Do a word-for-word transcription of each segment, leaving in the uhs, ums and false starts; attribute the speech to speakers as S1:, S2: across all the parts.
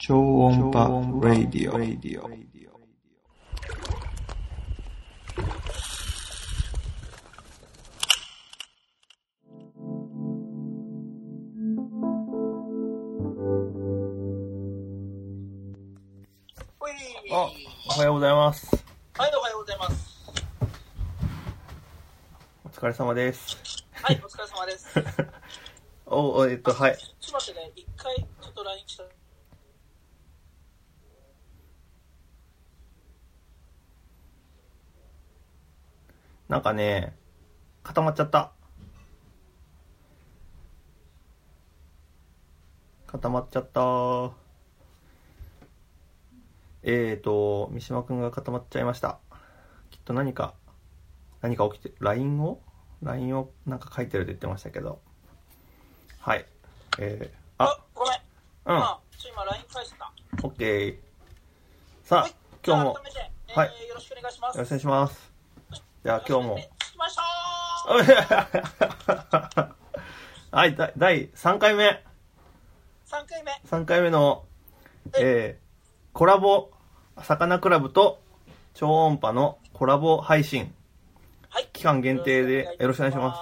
S1: 超音波ラディオ。
S2: あ、おはようございます。
S3: はい、おはようございます。
S2: お疲れ様です。
S3: はい、お疲れ様です。
S2: お、おえっと、はい。
S3: ちょっと待ってね、一回ちょっと ライン 来た。
S2: なんかね、固まっちゃった。固まっちゃった。えーと、三島くんが固まっちゃいました。きっと何か、何か起きて、ライン を ライン をなんか書いてるって言ってましたけど。はい。えー、あ、
S3: あ、ごめん。
S2: うん。
S3: あ、ちょ、今 ライン 返した。
S2: オッケー。さあ、
S3: はい、
S2: 今日も、
S3: 改めて、えー
S2: はい。
S3: よろしくお願いします。
S2: よろしくお願いします。じゃあ今日も。
S3: 着きました
S2: ーはい、だだいさんかいめ。
S3: さんかいめ。
S2: さんかいめの、えー、コラボ、さかなクラブと超音波のコラボ配信。
S3: はい。
S2: 期間限定でよろしくお願いします。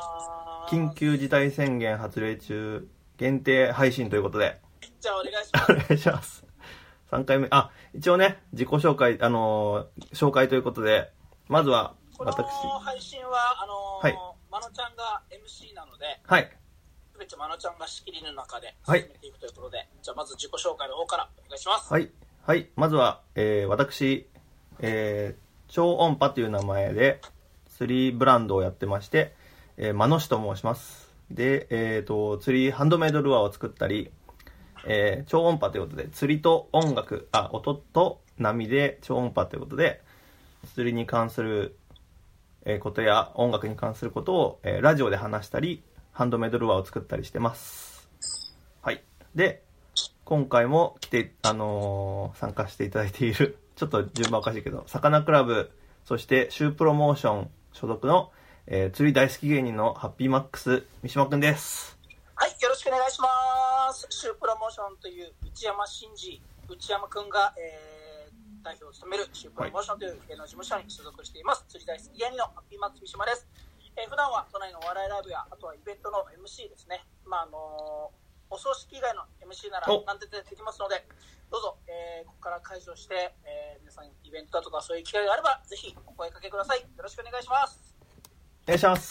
S2: 緊急事態宣言発令中、限定配信ということで。
S3: じゃあお願いします。
S2: お願いします。さんかいめ。あ、一応ね、自己紹介、あのー、紹介ということで、まずは、私。
S3: この配信は、あのー、
S2: はい。
S3: まのちゃんが エムシー なので、
S2: はい。
S3: すべてまのちゃんが仕切りの中で
S2: はい
S3: 進めていくということで、じゃあまず自己紹介の方からお願いします。
S2: はい。はい。まずは、えー、私、えー、超音波という名前で、釣りブランドをやってまして、えー、まのしと申します。で、えーと、釣りハンドメイドルアーを作ったり、えー、超音波ということで、釣りと音楽、あ、音と波で超音波ということで、釣りに関する、えー、ことや音楽に関することを、えー、ラジオで話したり、ハンドメイドルアーを作ったりしてます。はい。で、今回も来て、あのー、参加していただいている、ちょっと順番おかしいけど、さかなクラブ、そしてシュープロモーション所属の、えー、釣り大好き芸人のハッピーマックス、三島くんです。
S3: はい、よろしくお願いします。シュープロモーションという内山真二、内山くんが、えー、代表を務めるシュープロモーションという芸能事務所に所属しています。釣り大好き芸人のハッピーマックス三島です。えー、普段は都内のお笑いライブや、あとはイベントの エムシー ですね。まああのー、お葬式以外の エムシー なら何でできますので、どうぞ、えー、ここから解除して、えー、皆さんイベントだとかそういう機会があればぜひお声かけください。よろしくお願いします。
S2: お願いします。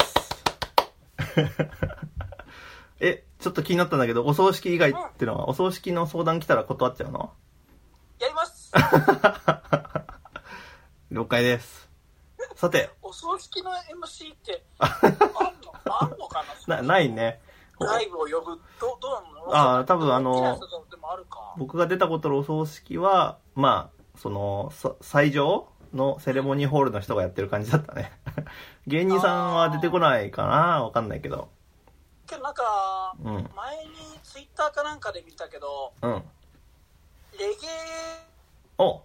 S2: え、ちょっと気になったんだけど、お葬式以外っていうのは、うん、お葬式の相談来たら断っちゃうの？
S3: やります。
S2: 了解です。さて。
S3: お葬式の エムシー ってあんのあんのかな
S2: なないね。
S3: ライブを呼ぶどどうなの？
S2: ああ、多分あの
S3: あるか
S2: 僕が出たことのお葬式はまあその斎場のセレモニーホールの人がやってる感じだったね。芸人さんは出てこないかな、わかんないけど。
S3: けどなんか、
S2: うん、前に
S3: ツイッターかなんかで見たけど、
S2: うん、
S3: レゲエ
S2: お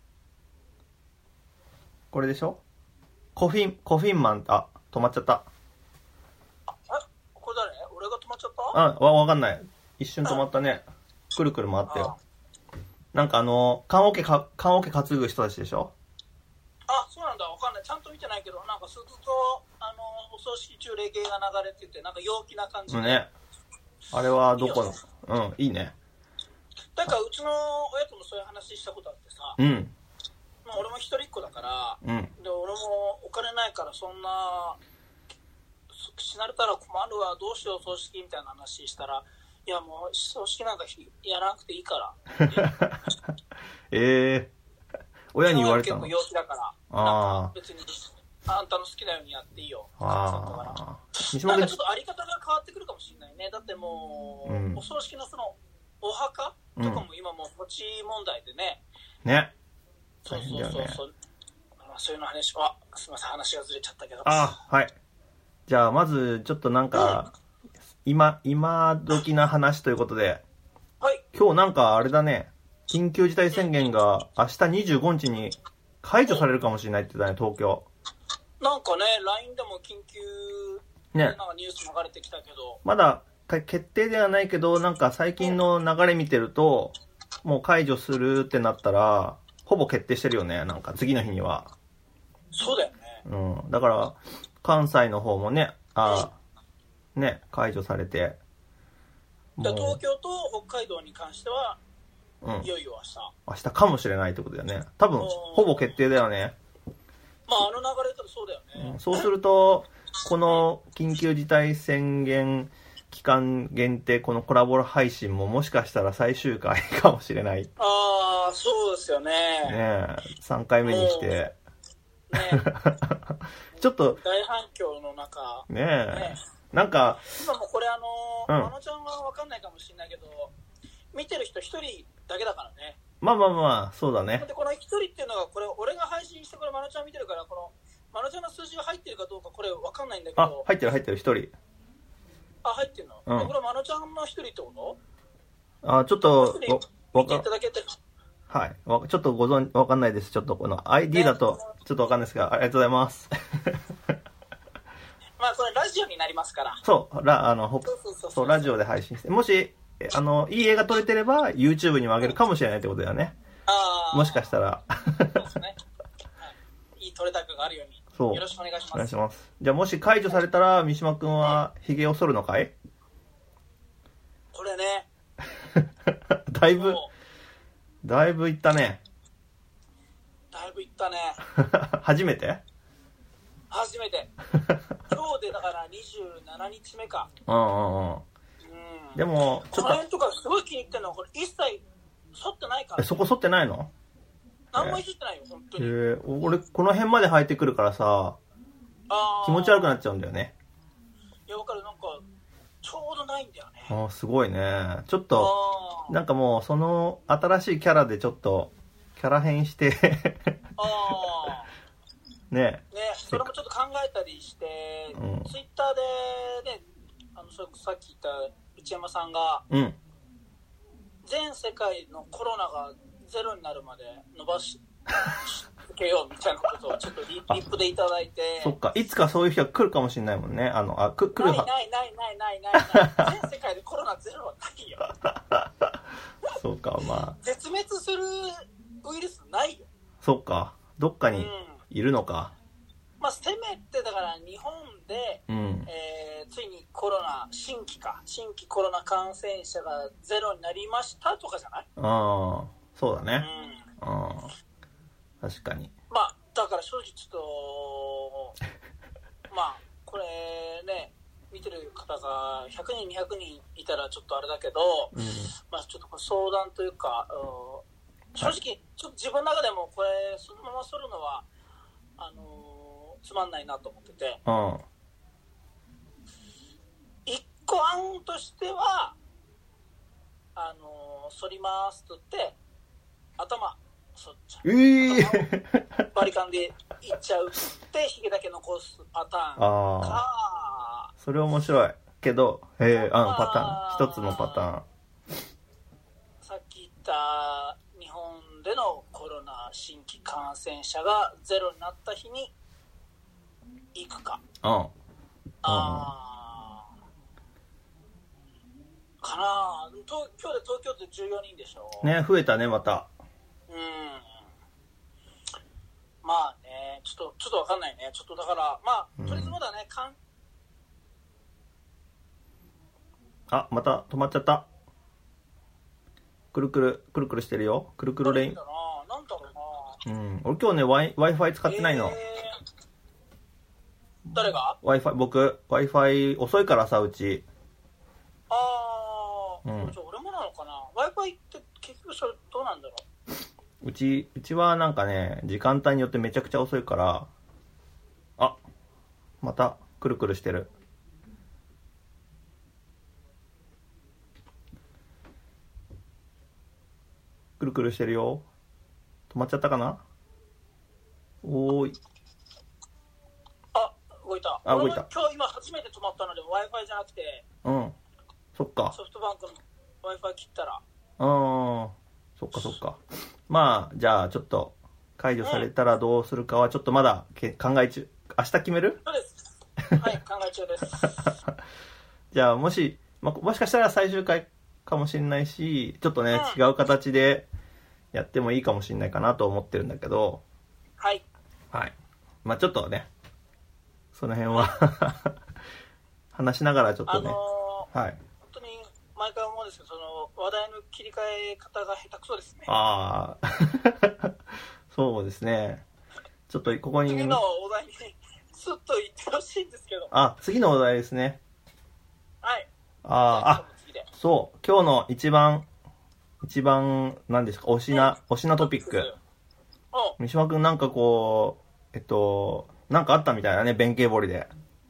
S2: これでしょ？コフィンコフィンマン、あ、止まっちゃった。
S3: あ、え、これ誰？俺が止まっちゃった？
S2: あ、わ、わかんない。一瞬止まったね。くるくる回ったよ。なんかあの、棺桶か、棺桶担ぐ人たちでしょ？
S3: あ、そうなんだ、わかんない。ちゃんと見てないけど、なんかずっと、あの、お葬式中レゲエが流れてて、なんか陽気な感じで。
S2: ね。あれはどこの？うん、いいね。
S3: なんかうちの親ともそういう話したことあってさ。
S2: うん。
S3: まあ俺も一人っ子だから、
S2: うん。
S3: で、俺もお金ないからそんな、死なれたら困るわ、どうしよう葬式みたいな話したら、いやもう葬式なんかやらなくていいから。
S2: ええー、親に言われたの？
S3: 結構陽気だから、
S2: あ
S3: なんか別にあんたの好きなようにやっていいよ。
S2: ああ。
S3: なんかちょっとあり方が変わってくるかもしれないね。だってもう、うん、お葬式のそのお墓とかも今もう土地問題でね。
S2: うん、ね。
S3: そうそうそうそう。ね、そういうの話は、すみません、話がずれちゃったけど。
S2: ああ、はい。じゃあまずちょっとなんか、うん、今今時な話ということで、
S3: はい。
S2: 今日なんかあれだね、緊急事態宣言が明日にじゅうごにちに解除されるかもしれないって言ったね、東京。
S3: なんかね、ライン でも緊急ね、なんかニュース流れてきたけど、
S2: まだ決定ではないけど、なんか最近の流れ見てると、 もう解除するってなったらほぼ決定してるよね。なんか次の日には。
S3: そうだよね。
S2: うん。だから関西の方もね、あ、うん、ね解除されて。
S3: だ東京と北海道に関しては、
S2: うん、
S3: いよいよ明日。
S2: 明日かもしれないってことだよね。多分ほぼ決定だよね。
S3: まああの流れだとそうだよね。
S2: うん、そうするとこの緊急事態宣言期間限定このコラボ配信ももしかしたら最終回かもしれない。
S3: ああそうですよね。ね
S2: えさんかいめにして。ねちょっと
S3: 大反響の中。
S2: ねえ。ねなんか
S3: 今もこれあの、
S2: うん、
S3: まのちゃんは分かんないかもしれないけど見てる人一人だけだからね。
S2: まあまあまあそうだね。
S3: でこの一人っていうのがこれ俺が配信してこれまのちゃん見てるからこのまのちゃんの数字が入ってるかどうかこれ分かんないんだけど。
S2: あ入ってる入ってる一人。
S3: あ入ってるの。うん、これまのちゃんの一人ってこと？
S2: あちょっと
S3: 見ていただけて
S2: はいちょっとご存分かんないです。ちょっとこの アイディー だとちょっと分かんないですが、ありがとうございます。
S3: まあこれラジオになりますから。
S2: そうラあのほそうラジオで配信して、もしあのいい映画撮れてれば YouTube にも上げるかもしれないってことだよね。
S3: あ
S2: もしかしたら
S3: そうですね、はい、いい撮れ高があるようにそうよろしくお願いします。
S2: お願いします。じゃあもし解除されたら三島くんはヒゲを剃るのかい？
S3: これね
S2: だいぶだいぶいったね。
S3: だいぶいったね。
S2: 初めて？
S3: 初めて。今日でだからにじゅうしちにちめか。
S2: うんうんうん。うん、でも
S3: ちょっとこの辺とかすごい気に入ってるのはこれ一切剃ってないから、ね。
S2: えそこ剃ってないの？
S3: 何もいじってないよ本当に。え
S2: ー、俺この辺まで生えてくるからさ、あ気持ち悪くなっちゃうんだよね。
S3: いや分かる、なんかちょうどないんだよね。
S2: あすごいね。ちょっとなんかもうその新しいキャラでちょっとキャラ変して
S3: あ
S2: ね
S3: ね、それもちょっと考えたりして、うん、ツイッターでね、あのさっき言った内山さんが、うん、全世界のコロナがゼロになるまで伸ばし続けようみたいなことをちょっとリ, リップでいただいて。
S2: そっか、いつかそういう日が来るかもしれないもんね。あのあく来る
S3: はないないないないないない全世界でコロナゼロはないよ。
S2: そうか、まあ
S3: 絶滅するウイルスないよ。
S2: そうか、どっかにいるのか、
S3: うん、まあせめてだから日本で、うんえー、ついにコロナ新規か新規コロナ感染者がゼロになりましたとかじゃない？
S2: ああそうだね、
S3: うん、
S2: あ確かに。
S3: まあだから正直ちょっとまあこれね見てる方がひゃくにんにひゃくにんいたらちょっとあれだけど、うん、まあちょっと相談というか、うん、正直ちょっと自分の中でもこれそのまま剃るのはあのー、つまんないなと思ってて、うん、一個案としてはあのー、剃りますと言って頭剃っちゃう、えー、バリカンでいっちゃうってヒゲだけ残すパターンか。
S2: それ面白いけど、えー、あパターン一つのパターン。
S3: さっき言った日本でのコロナ新規感染者がゼロになった日に行くか。うん。あーかな。東今日で東京ってじゅうよにんでしょ。
S2: ね増えたねまた。
S3: うん。まあねちょっとちょっとわかんないね。ちょっとだからまあ、うん、とりあえずまだねかん。
S2: あまた止まっちゃった。くるくるくるくるしてるよ。くるくるレイン。
S3: なんだろうな。
S2: うん。俺今日ね Wi-Fi 使ってないの。えー、
S3: 誰が
S2: ？Wi-Fi 僕 Wi-Fi 遅いからさうち。
S3: ああ。うん。じゃあ俺もなのかな。Wi-Fi って結局それどうなんだろ
S2: う。うちうちはなんかね時間帯によってめちゃくちゃ遅いから。あまたくるくるしてる。くるくるしてるよ。止まっちゃったかな。おーい。
S3: あ動いた。
S2: あ動いた。
S3: 今日今初めて止まったので Wi-Fi じゃなくて。
S2: うんそっか。
S3: ソフトバンクの Wi-Fi 切ったら。
S2: うんそっかそっか。まあじゃあちょっと解除されたらどうするかはちょっとまだけ考え中。明日決める？
S3: そうですはい考え中です。
S2: じゃあもし、ま、もしかしたら最終回かもしれないし、ちょっとね、
S3: うん
S2: 違う形でやってもいいかもしれないかなと思ってるんだけど、
S3: はい。
S2: はい。まあちょっとね、その辺は話しながらちょっ
S3: あ
S2: とね、
S3: のー、
S2: はい。
S3: 本当に毎回思うんですけど、その話題の切り替え方が下手くそですね。
S2: ああ、そうですね。ちょっとここに、
S3: 次のお題にスッと言ってほしいんですけど。
S2: あ、次のお題ですね。
S3: はい。
S2: あーあ、
S3: 次で
S2: そう、今日の一番、一番、何ですか、推しな、推しなトピック。
S3: お
S2: 三島くんなんかこう、えっと、なんかあったみたいなね、弁慶堀で。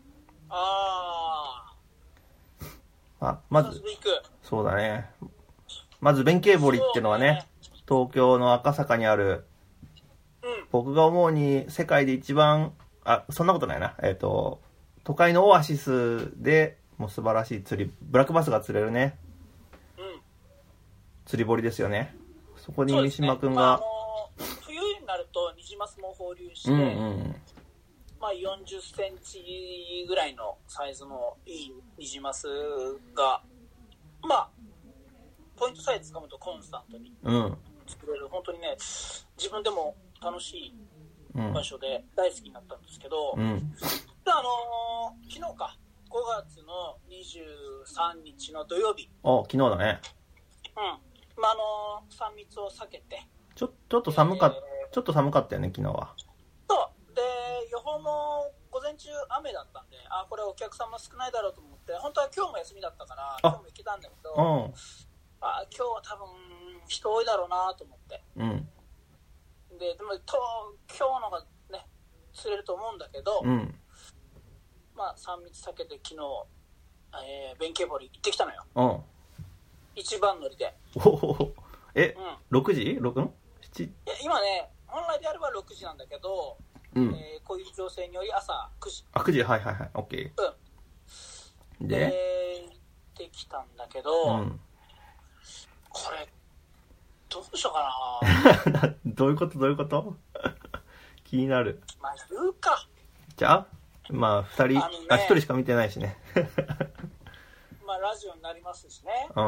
S3: あ
S2: あ、
S3: ー。
S2: まず
S3: 早速、行く。
S2: そうだね。まず弁慶堀ってのはね、東京の赤坂にある、
S3: うん。
S2: 僕が思うに世界で一番、あ、そんなことないな。えっと、都会のオアシスでもう素晴らしい釣り、ブラックバスが釣れるね、
S3: うん。
S2: 釣り堀ですよね。そこに三
S3: そうですね
S2: 島くん
S3: まああ
S2: が、
S3: のー冬になるとニジマスも放流して、
S2: うんうん。
S3: まあ、よんじゅっセンチぐらいのサイズのいいニジマスが、まあ、ポイントさえつかむとコンスタントに
S2: うん。
S3: 作れる、本当にね、自分でも楽しい
S2: うん。
S3: 場所で大好きになったんですけど、
S2: うん。
S3: であのー昨日か、ごがつのにじゅうさんにちの土曜日、
S2: お、昨日だね。
S3: うん、まあ、あのー、さん密を避けて、
S2: ちょ、ちょっと寒かっ、
S3: えー
S2: ちょっと寒かったよね、昨日は。
S3: そうで予報も午前中雨だったんで、あこれお客さんも少ないだろうと思って、本当は今日も休みだったから今日も行けたんだけど、
S2: うん。
S3: あ今日は多分人多いだろうなと思って、
S2: うん。
S3: ででもと今日のがね釣れると思うんだけど、
S2: うん。
S3: まあさん密避けて昨日、えー、弁慶堀行ってきたのよ、
S2: うん。
S3: 一番乗りで。
S2: おお。え
S3: う、ん、い
S2: ろくじ ろく? ん ?しち?
S3: や今ね本来であればろくじなんだけど、
S2: うん。
S3: えーこういう情勢により朝くじ、
S2: あ、くじ、はいはいはい。オッケー。
S3: うん、
S2: で、
S3: で行ってきたんだけど、
S2: うん。
S3: これどうしようかな
S2: などういうことどういうこと気になる。
S3: まあ言うか、
S2: じゃあ、まあ、二人、
S3: あのね
S2: あ、一人しか見てないしね。
S3: まあラジオになりますしね、
S2: うん。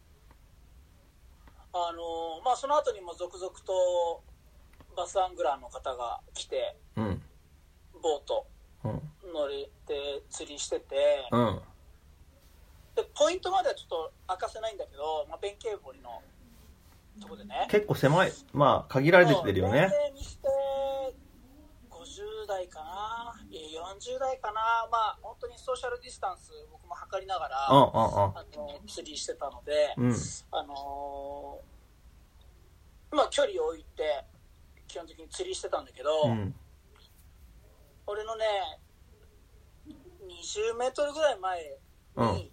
S3: あのまあその後にも続々とバスアングラーの方が来て
S2: うん。
S3: ボート
S2: うん。
S3: 乗れて釣りしてて、
S2: うん。
S3: でポイントまではちょっと明かせないんだけど、まあ、弁慶堀のとこでね
S2: 結構狭い、まあ、限られてきてるよね。
S3: 年齢にしてごじゅう代かないやよんじゅう代かな、まあ本当にソーシャルディスタンス僕も測りながら、
S2: うんうん
S3: あの釣りしてたので、
S2: うん。うん。
S3: あのーまあ距離を置いて基本的に釣りしてたんだけど、
S2: うん。
S3: 俺のねにじゅうメートルぐらい前に、
S2: うん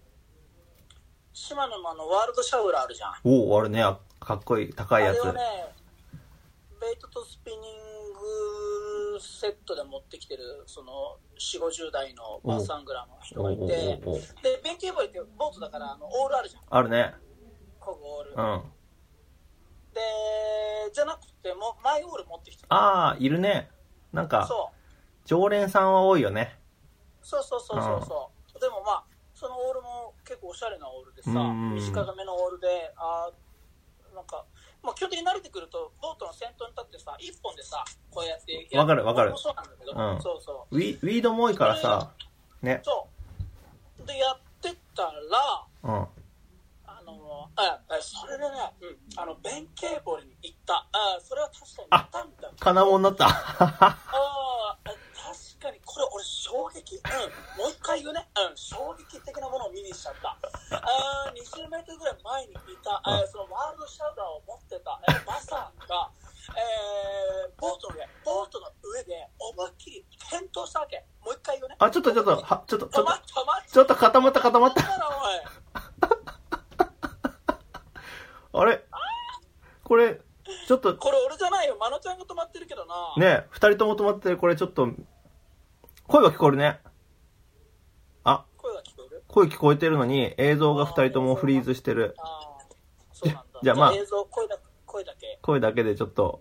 S3: 島野のあのワールドシャウラーあるじゃん、
S2: おお、あれね、あかっこいい、高いやつ。
S3: あれをねベイトとスピニングセットで持ってきてるそのよんじゅう、ごじゅう代のバスアングラーの人がいて、
S2: おうおうおうおう
S3: で弁慶ボーイってボートだからあのオールあるじゃん、
S2: あるね。
S3: こぐオール、
S2: うん。
S3: でじゃなくてもマイオール持ってきてる、
S2: ああ、いるね。なんか、
S3: そう
S2: 常連さんは多いよね。
S3: そうそうそうそうそう、でもまあそのオールも結構おしゃれなオールでさ、
S2: うん
S3: 短めのオールで、あーなんか、まあ、基本的に慣れてくるとボートの先頭に立ってさ一本でさこうやってやる、
S2: わかるわかる
S3: 俺もそうなんだけど、
S2: うん
S3: そうそう
S2: ウィウィードも多いからさ、ね。
S3: そうでやってたら
S2: うん。
S3: あのああそれでね、うん、あの弁慶堀に行った、あそれは確かに行ったんだけど、
S2: 金物になった。
S3: ああ確かにこれ俺衝撃、うん、もう一回言うね、うん、衝撃的なものを見にしちゃった。あにじゅうメートルぐらい前にいた、えーそのワールドシャウラーを持ってた、えーバサーが、えーボートの上ボートの上で思いっきり転倒したわけ。もう一回言うね。
S2: あ、ちょっとちょっと、は、ちょっと、ちょっと
S3: 止まっ、止まっ
S2: ちょっと固まった固まった。
S3: たらおい
S2: あれこれ、ちょっと、
S3: これ俺じゃないよ、まのちゃんが止まってるけどな。
S2: ね、二人とも止まってる。これちょっと、声が聞こえるね。あ、
S3: 声が聞こえる。
S2: 声聞こえてるのに、映像が二人ともフリーズしてる。
S3: ああそうなんだ。
S2: じゃあまあ
S3: 映像声だ声だけ。
S2: 声だけでちょっと。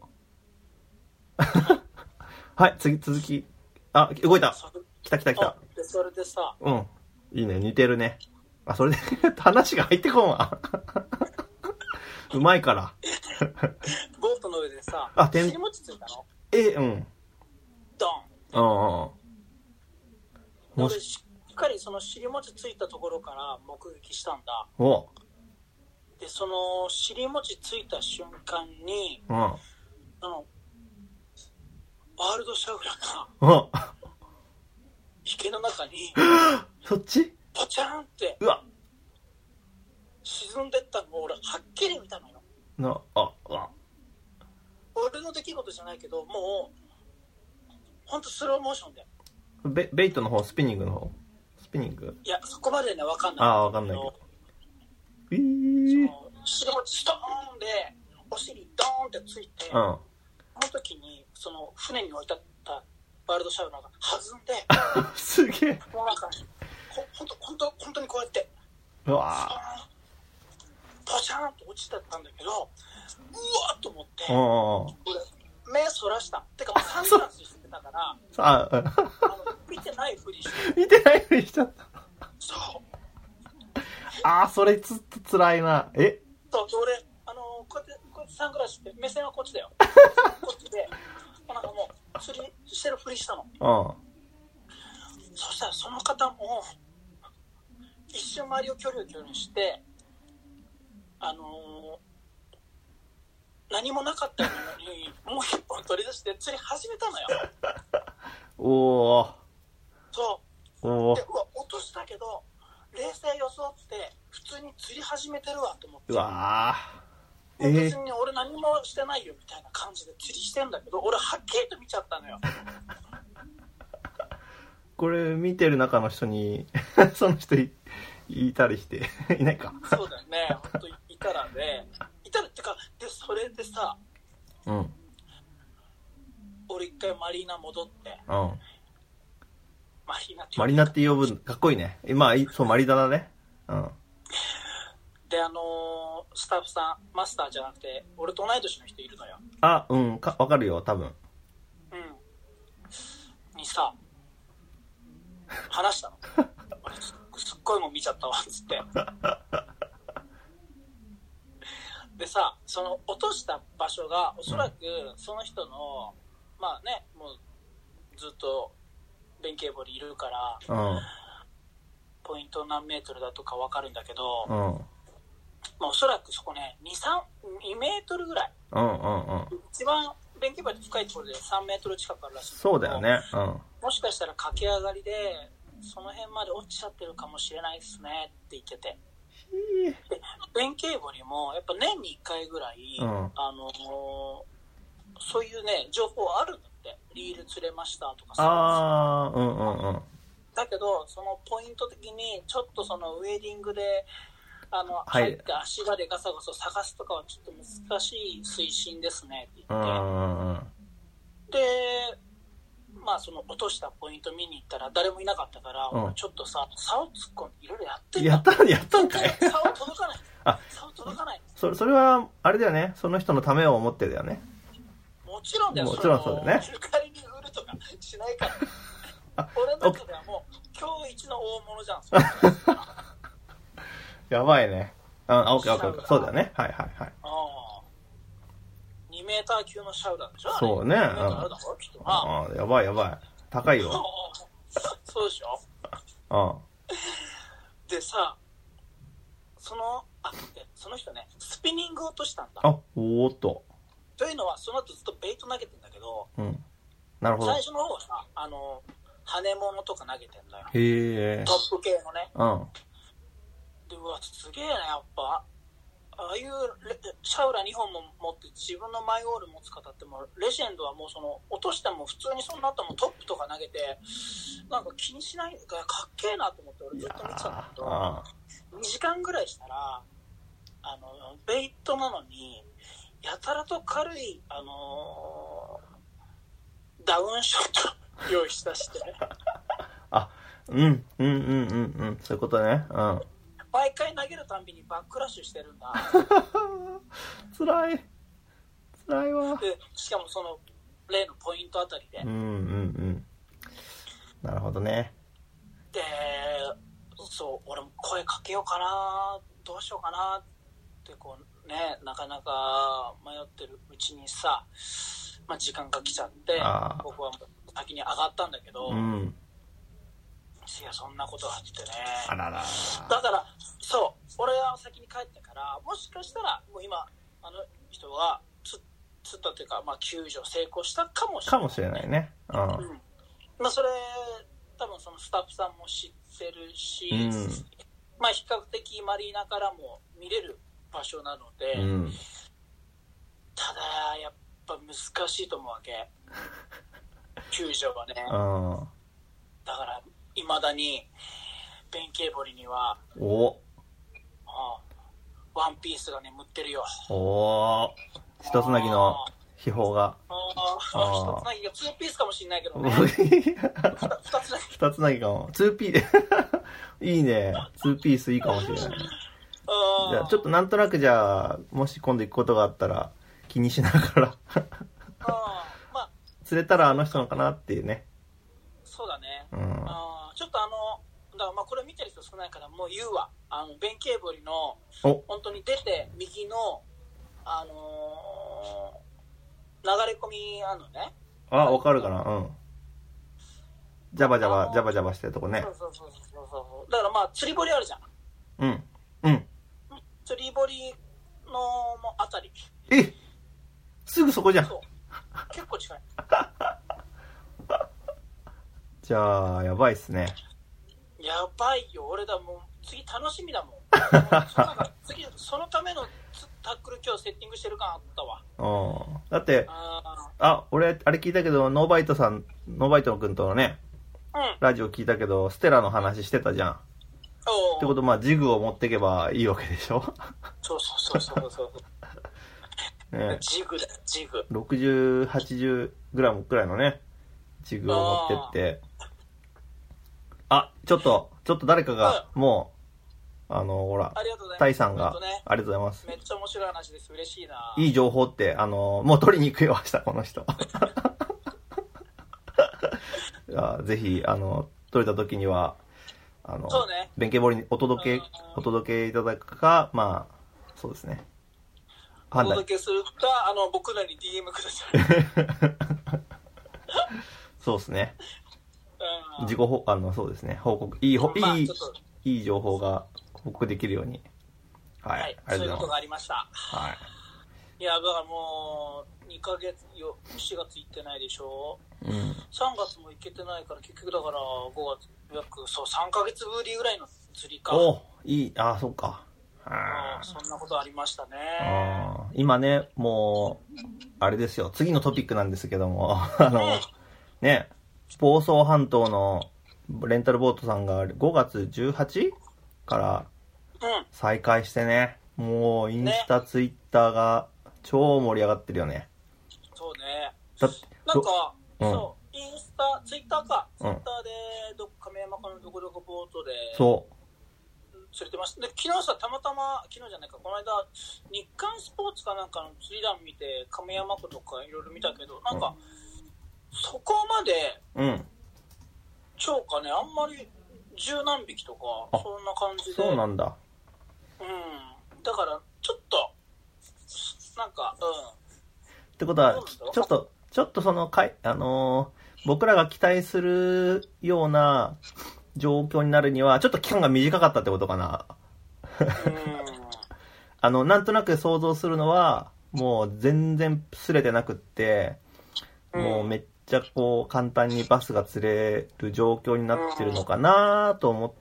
S2: はい、次、続き。あ、動いた。来た来た来た。
S3: あでそれでさ、
S2: うん。いいね、似てるね。 あ、それで話が入ってこんわ。うまいから。
S3: ボートの上でさ、
S2: あ、てん
S3: 尻餅ついたの？
S2: え、うん。
S3: ド
S2: ン。うんうん。
S3: 俺しっかりその尻餅ついたところから目撃したんだ。
S2: お。
S3: で、その尻餅ついた瞬間に、
S2: うん。
S3: あの、ワールドシャウラ
S2: が、
S3: 池の中に、
S2: そっち
S3: ポチャーンって、
S2: うわ、
S3: 沈んでったのを俺はっきり見たのよ。
S2: な、あ、うわ。
S3: 俺の出来事じゃないけど、もう、ほんとスローモーションで。
S2: ベ, ベイトの方、スピニングの方スピニング
S3: いや、そこまでね、わかんない。
S2: ああ、わかんないけど。えー。
S3: その、尻餅ストーンで、お尻ドーンってついて、
S2: うん。
S3: その時に、その、船に置いてあったワールドシャウラーが弾んで、
S2: すげえ。
S3: もうなんか、ほ、ほんと、ほんと、ほんとにこうやって、
S2: うわ
S3: ポチャーンと落ちてったんだけど、うわーっと思って、
S2: ー。
S3: 俺、目そらした。てか、もうサングラスしてたから、
S2: ああ
S3: の、見てないふりして。
S2: 見てないふりしちゃった。
S3: そう。
S2: ああ、それずっと辛いな。え
S3: そう、俺、あのー、こうやって、こうやってサングラスして、目線はこっちだよ。こっちで、なんかもう、釣りしてるふりしたの。
S2: うん。
S3: そしたら、その方も、一瞬周りをキョロキョロして、あのー、何もなかったのに、もう一本取り出して釣り始めたのよ。
S2: おー。
S3: そう。
S2: おー。
S3: で、うわ、落としたけど、冷静装って普通に釣り始めてるわと思って。
S2: うわ
S3: ー。別に俺何もしてないよみたいな感じで釣りしてんだけど、俺はっきりと見ちゃったのよ。
S2: これ見てる中の人にその人 い, いたりしていないか。
S3: そうだよね。本当いたらね、いたらってか、でそれでさ、
S2: うん。
S3: 俺一回マリーナ戻って。
S2: うん。
S3: マリーナって
S2: マリナって呼ぶかっこいいね。まあそうマリダだね。うん。
S3: であのー、スタッフさんマスターじゃなくて俺と同い年の人いるのよ。
S2: あ、うんかわかるよ多分。
S3: うん。にさ話したの。俺すっごいもん見ちゃったわっつって。でさ、その落とした場所がおそらくその人の、うん、まあね、もうずっと弁慶堀いるから、
S2: うん、
S3: ポイント何メートルだとか分かるんだけど、
S2: うん、
S3: まあ、おそらくそこねに、さん、にメートルぐらい、
S2: うんうんうん、
S3: 一番弁慶堀って深いところでさんメートル近くあるらしい。
S2: そうだよね、うん、
S3: もしかしたら駆け上がりでその辺まで落ちちゃってるかもしれないですねって言ってて、で弁慶堀もやっぱ年にいっかいぐらい、うん、あのー、そういうね情報あるんだって。リール釣れましたとかさ。
S2: あー、うんうんうん。
S3: だけどそのポイント的にちょっとそのウェディングであの入って足場でガサガサ探すとかはちょっと難しい水深ですねって言って、うんうん、でまあその落としたポイント見に行ったら誰もいなかったから、うん、ちょっとさ竿突っ込んでいろいろやってんだ。
S2: やったやったんかい。
S3: 竿届かない。あ、竿届かない。
S2: それそれはあれだよね。その人のためを思ってだよね。
S3: もちろんだよ。
S2: もちろんそうだよね。
S3: メルカリに売るとかしないから。俺の中ではもう今日一の大物じゃん。そ
S2: やばいね。あ、オッケーオッケーオッケー。そうだよね。はいはいはい。
S3: ああ。にメーター級のシャウダーでしょ。
S2: そうね。
S3: にメーターあるだろ、きっとな。
S2: ああ、やばいやばい。高いよ。
S3: そうでしょ。
S2: ああ。
S3: でさ、そのあでその人ねスピニング落としたんだ。
S2: あ、おーっと。
S3: というのはその後ずっとベイト投げてんだけど、
S2: うん、なるほど。
S3: 最初の方はさ、あの羽物とか投げてんだよ。
S2: へえ。
S3: トップ系のね。
S2: うん。
S3: で、うわすげえなやっぱ。ああいうシャウラにほんも持って自分のマイオール持つ方ってもレジェンドはもうその落としても普通にその後もトップとか投げてなんか気にしないからかっけえなと思って俺ずっと見てたんだけど、にじかんぐらいしたらあのベイトなのにやたらと軽い、あのー、ダウンショット用意しだして
S2: あ、うんうんうんうんうんそういうことね。うん。
S3: 毎回投げるたんびにバックラッシュしてるんだ。
S2: つらいつらいわ。
S3: でしかもその例のポイントあたりで。
S2: うんうんうん。なるほどね。
S3: でそう俺も声かけようかなどうしようかなってこうねなかなか迷ってるうちにさ、まあ、時間が来ちゃって僕はもう先に上がったんだけど、うん、いやそんなことがあってね
S2: あらら
S3: だからそう俺は先に帰ったからもしかしたらもう今あの人はつ釣ったというか、まあ、救助成功したかもしれない
S2: かもしれないね、うんうん
S3: まあ、それ多分そのスタッフさんも知ってるし、うんまあ、比較的マリーナからも見れる場所なので、うん、ただやっぱ難しいと思うわけ救助はねだからいまだに弁慶堀には
S2: お
S3: あワンピースが眠ってるよ
S2: お一つなぎの秘宝が
S3: ああ一つなぎがツーピースかもしれないけどね二つなぎ
S2: 二つなぎかも ツーピー でいいねツーピースいいかもしれないじゃあちょっとなんとなくじゃあもし今度行くことがあったら気にしながらあ、まあ、釣れたらあの人なのかなっていうね
S3: そうだね、うん、あちょっとあのだからまあこれ見てる人少ないからもう言うわあの弁慶堀の本当に出て右のあのー、流れ込みあのね
S2: あ分かるかなうんジャバジャバジャバジャバしてるとこね
S3: そうそうそうそうそうだからまあ釣り堀あるじゃん
S2: うんうん
S3: 釣り堀のあたり
S2: えすぐそこじゃん
S3: そう結構近い
S2: じゃあやばいっすね
S3: やばいよ俺だもう次楽しみだもん次そのためのタックル今日セッティングしてる感あったわ
S2: うんだってああ俺あれ聞いたけどノーバイトさんノーバイトの君とのね、うん、ラジオ聞いたけどステラの話してたじゃんってことまあジグを持っていけばいいわけでしょ
S3: そうそうそうそうそうね、ジグだジグ
S2: ろくじゅう、はちじゅうグラムくらいのねジグを持ってってあちょっとちょっと誰かがもう、うん、あのほらタイさんが、ね、ありがとうございます
S3: めっちゃ面白い話です嬉しいな。
S2: いい情報ってあのもう取りに行くよ明日この人いやぜひあの取れた時にはあの
S3: そうね
S2: 弁慶堀にお届けお届けいただくかまあそうですね
S3: お届けするかあの僕らに ディーエム ください
S2: そうですね自己報あのそうですね報告いい、まあ、いいいい情報が報告できるように
S3: はい、はい、そういうことがありました。
S2: はい。
S3: いやだからもうにかげつよしがつ行ってないでしょ。
S2: うん。
S3: さんがつも行けてないから結局だからごがつ約そうさんかげつぶりぐらいの釣りか。
S2: おいいあそうか。
S3: あそんなことありましたね。
S2: あ今ねもうあれですよ次のトピックなんですけどもあの、うん、ね。房総半島のレンタルボートさんがごがつじゅうはちから再開してね、うん、もうインスタ、ね、ツイッターが超盛り上がってるよね。
S3: そうね。
S2: だ
S3: なんか、うん、そうインスタ、ツイッターか、ツイッターでど亀山かのどこどこボートで
S2: そう
S3: 釣れてました。で昨日さたまたま昨日じゃないかこの間日刊スポーツかなんかの釣り欄見て亀山湖とかいろいろ見たけどなんか、うんそこまで、
S2: うん、
S3: 超かね、あんまり十何匹とか、そんな感じで。
S2: そうなんだ。
S3: うん。だから、ちょっと、なんか、うん。
S2: ってことは、ちょっと、ちょっとその、かい、あのー、僕らが期待するような状況になるには、ちょっと期間が短かったってことかな。
S3: うん。
S2: あの、なんとなく想像するのは、もう全然擦れてなくって、もうめっちゃこう簡単にバスが釣れる状況になってるのかなと思って、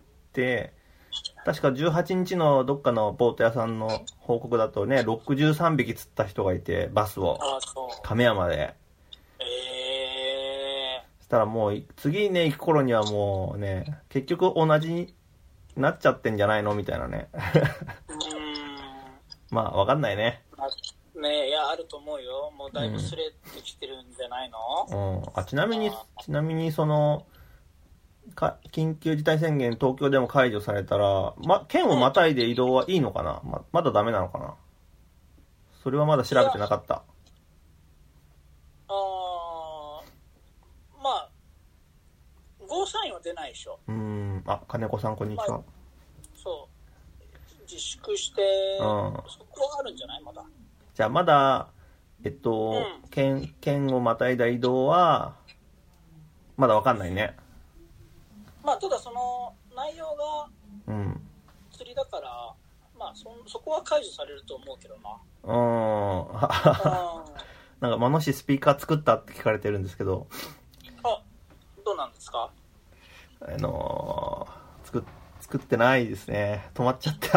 S2: 確かじゅうはちにちのどっかのボート屋さんの報告だとね、ろくじゅうさんびき釣った人がいて、バスを亀山で。
S3: えー、
S2: そしたらもう次ね行く頃にはもうね、結局同じになっちゃってんじゃないのみたいなね。
S3: うーん
S2: まあわかんないね。
S3: ねいやあると思うよ。もうだいぶすれてきてるんじゃない
S2: の？うん。あちなみにちなみにそのか緊急事態宣言東京でも解除されたら、ま県をまたいで移動はいいのかな？ままだダメなのかな？それはまだ調べてなかった。
S3: あまあゴーサインは出ないでしょ。
S2: うーんあ金子さんこんにちは。
S3: まあ、 そう自粛して、
S2: うん、
S3: そこはあるんじゃないまだ。
S2: じゃあまだえっと、
S3: うん、
S2: 県県をまたいだ移動はまだわかんないね。
S3: まあただその内容が
S2: うん
S3: 釣りだから、まあ そ, そこは解除されると思うけどな。
S2: うーんなんか、間野市スピーカー作ったって聞かれてるんですけど。
S3: あ、どうなんですか？
S2: あのー、作、作ってないですね。止まっちゃった。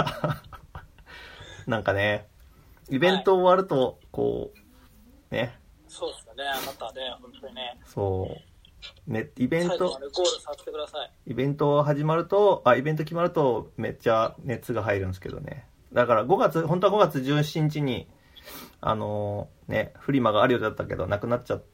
S2: なんかね、イベント終わると、こう、ね。
S3: そうですよね、あなたね、本当にね。
S2: そう。ね、イベント、
S3: 最後までゴールさせてください。
S2: イベント始まると、あ、イベント決まると、めっちゃ熱が入るんですけどね。だからごがつ、本当はごがつじゅうしちにちに、あのー、ね、フリマがあるようだったけど、なくなっちゃって、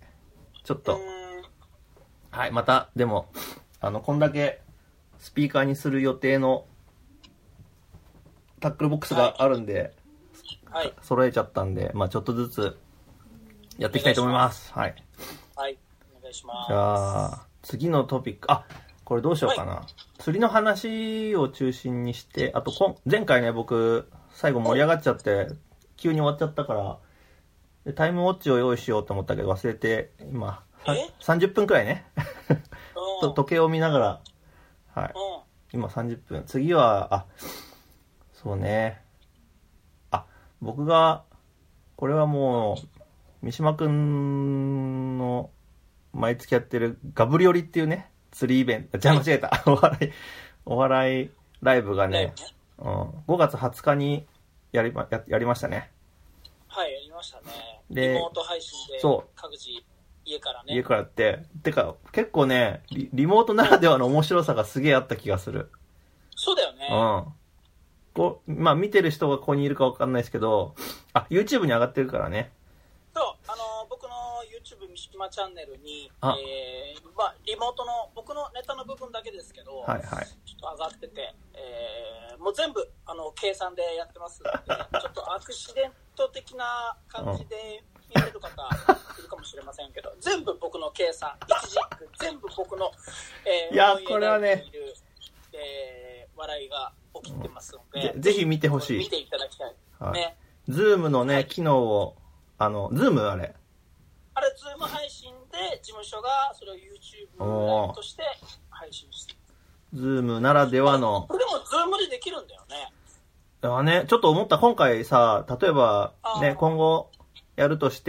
S2: ちょっと、はい、また、でも、あの、こんだけスピーカーにする予定のタックルボックスがあるんで、
S3: はい、
S2: 揃えちゃったんで、まあちょっとずつやっていきたいと思います。はい。
S3: はい、お願いします。
S2: じゃあ、次のトピック、あ、これどうしようかな。はい、釣りの話を中心にして、あとこん、前回ね、僕、最後盛り上がっちゃって、急に終わっちゃったから、でタイムウォッチを用意しようと思ったけど忘れて、今、さんじゅっぷんくらいね。と時計を見ながら、はい。今さんじゅっぷん。次は、あ、そうね。あ、僕が、これはもう、三島くんの毎月やってるガブリオリっていうね、釣りイベント、じゃあ間違えた。お笑い、お笑いライブがね、うん、ごがつはつかにやりま、や、やりましたね。
S3: はい、やりましたね。
S2: で、
S3: リモート配信で、各自家からね。
S2: 家からって、てか、結構ねリ、リモートならではの面白さがすげえあった気がする。
S3: そうだよね。
S2: うん。こう、まあ見てる人がここにいるかわかんないですけど、あ、YouTube に上がってるからね。
S3: そう、あの、僕の YouTube 三島チャンネルに、えー、まあ、リモートの、僕のネタの部分だけですけど、
S2: はいはい。
S3: ちょっと上がってて、えー、もう全部、あの、計算でやってますので、ちょっとアクシデント的な感じで見られる方いるかもしれませんけど、全部僕の計算、一軸、全部僕の、えー、
S2: いや、これはね、
S3: えー、笑いが起きてますので、
S2: ぜ, ぜひ見てほしい。
S3: 見ていただきたい。
S2: はい、
S3: ね。
S2: ズームのね、はい、機能を、あの、ズームあれ。
S3: あれ、ズーム配信で事務所がそれを YouTube ライブとして配信してる。
S2: ズームならではの。
S3: これでもズームでできるんだよね。
S2: あね、ちょっと思った。今回さ、例えば、ね、今後やるとして、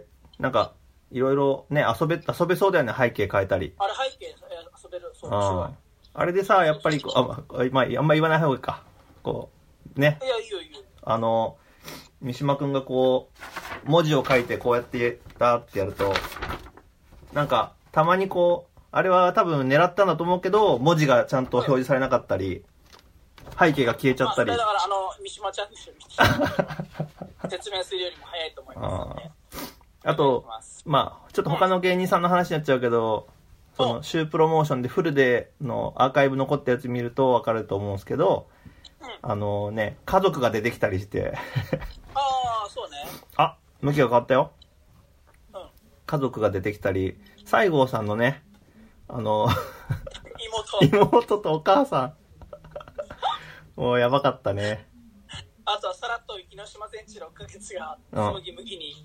S2: なんか、いろいろね、遊べ、遊べそうだよね、背景変えたり。
S3: あれ、背景遊べる、そうでしょ。
S2: あれでさ、やっぱりこう、あ、まあ、あんま言わない方がいいか。こう、ね。
S3: いや、いいよ、いいよ。
S2: あの、三島くんがこう、文字を書いてこうやってダーってやると、なんか、たまにこう、あれは多分狙ったんだと思うけど、文字がちゃんと表示されなかったり、背景が消えちゃったり。
S3: まあ、だからあの、三島ちゃんで見て説明するよりも早いと思いますので。
S2: あ, あと、まあ、ちょっと他の芸人さんの話になっちゃうけど、その、シュープロモーションでフルでのアーカイブ残ったやつ見るとわかると思うんですけど、うん、あのね、家族が出てきたりして。
S3: ああ、そうね。
S2: あ、向きが変わったよ。
S3: うん。
S2: 家族が出てきたり、西郷さんのね、あの、
S3: 妹。
S2: 妹とお母さん。もうやばかったね。
S3: あとはさらっと木下全治ろっかげつが、
S2: うん、
S3: 麦麦に、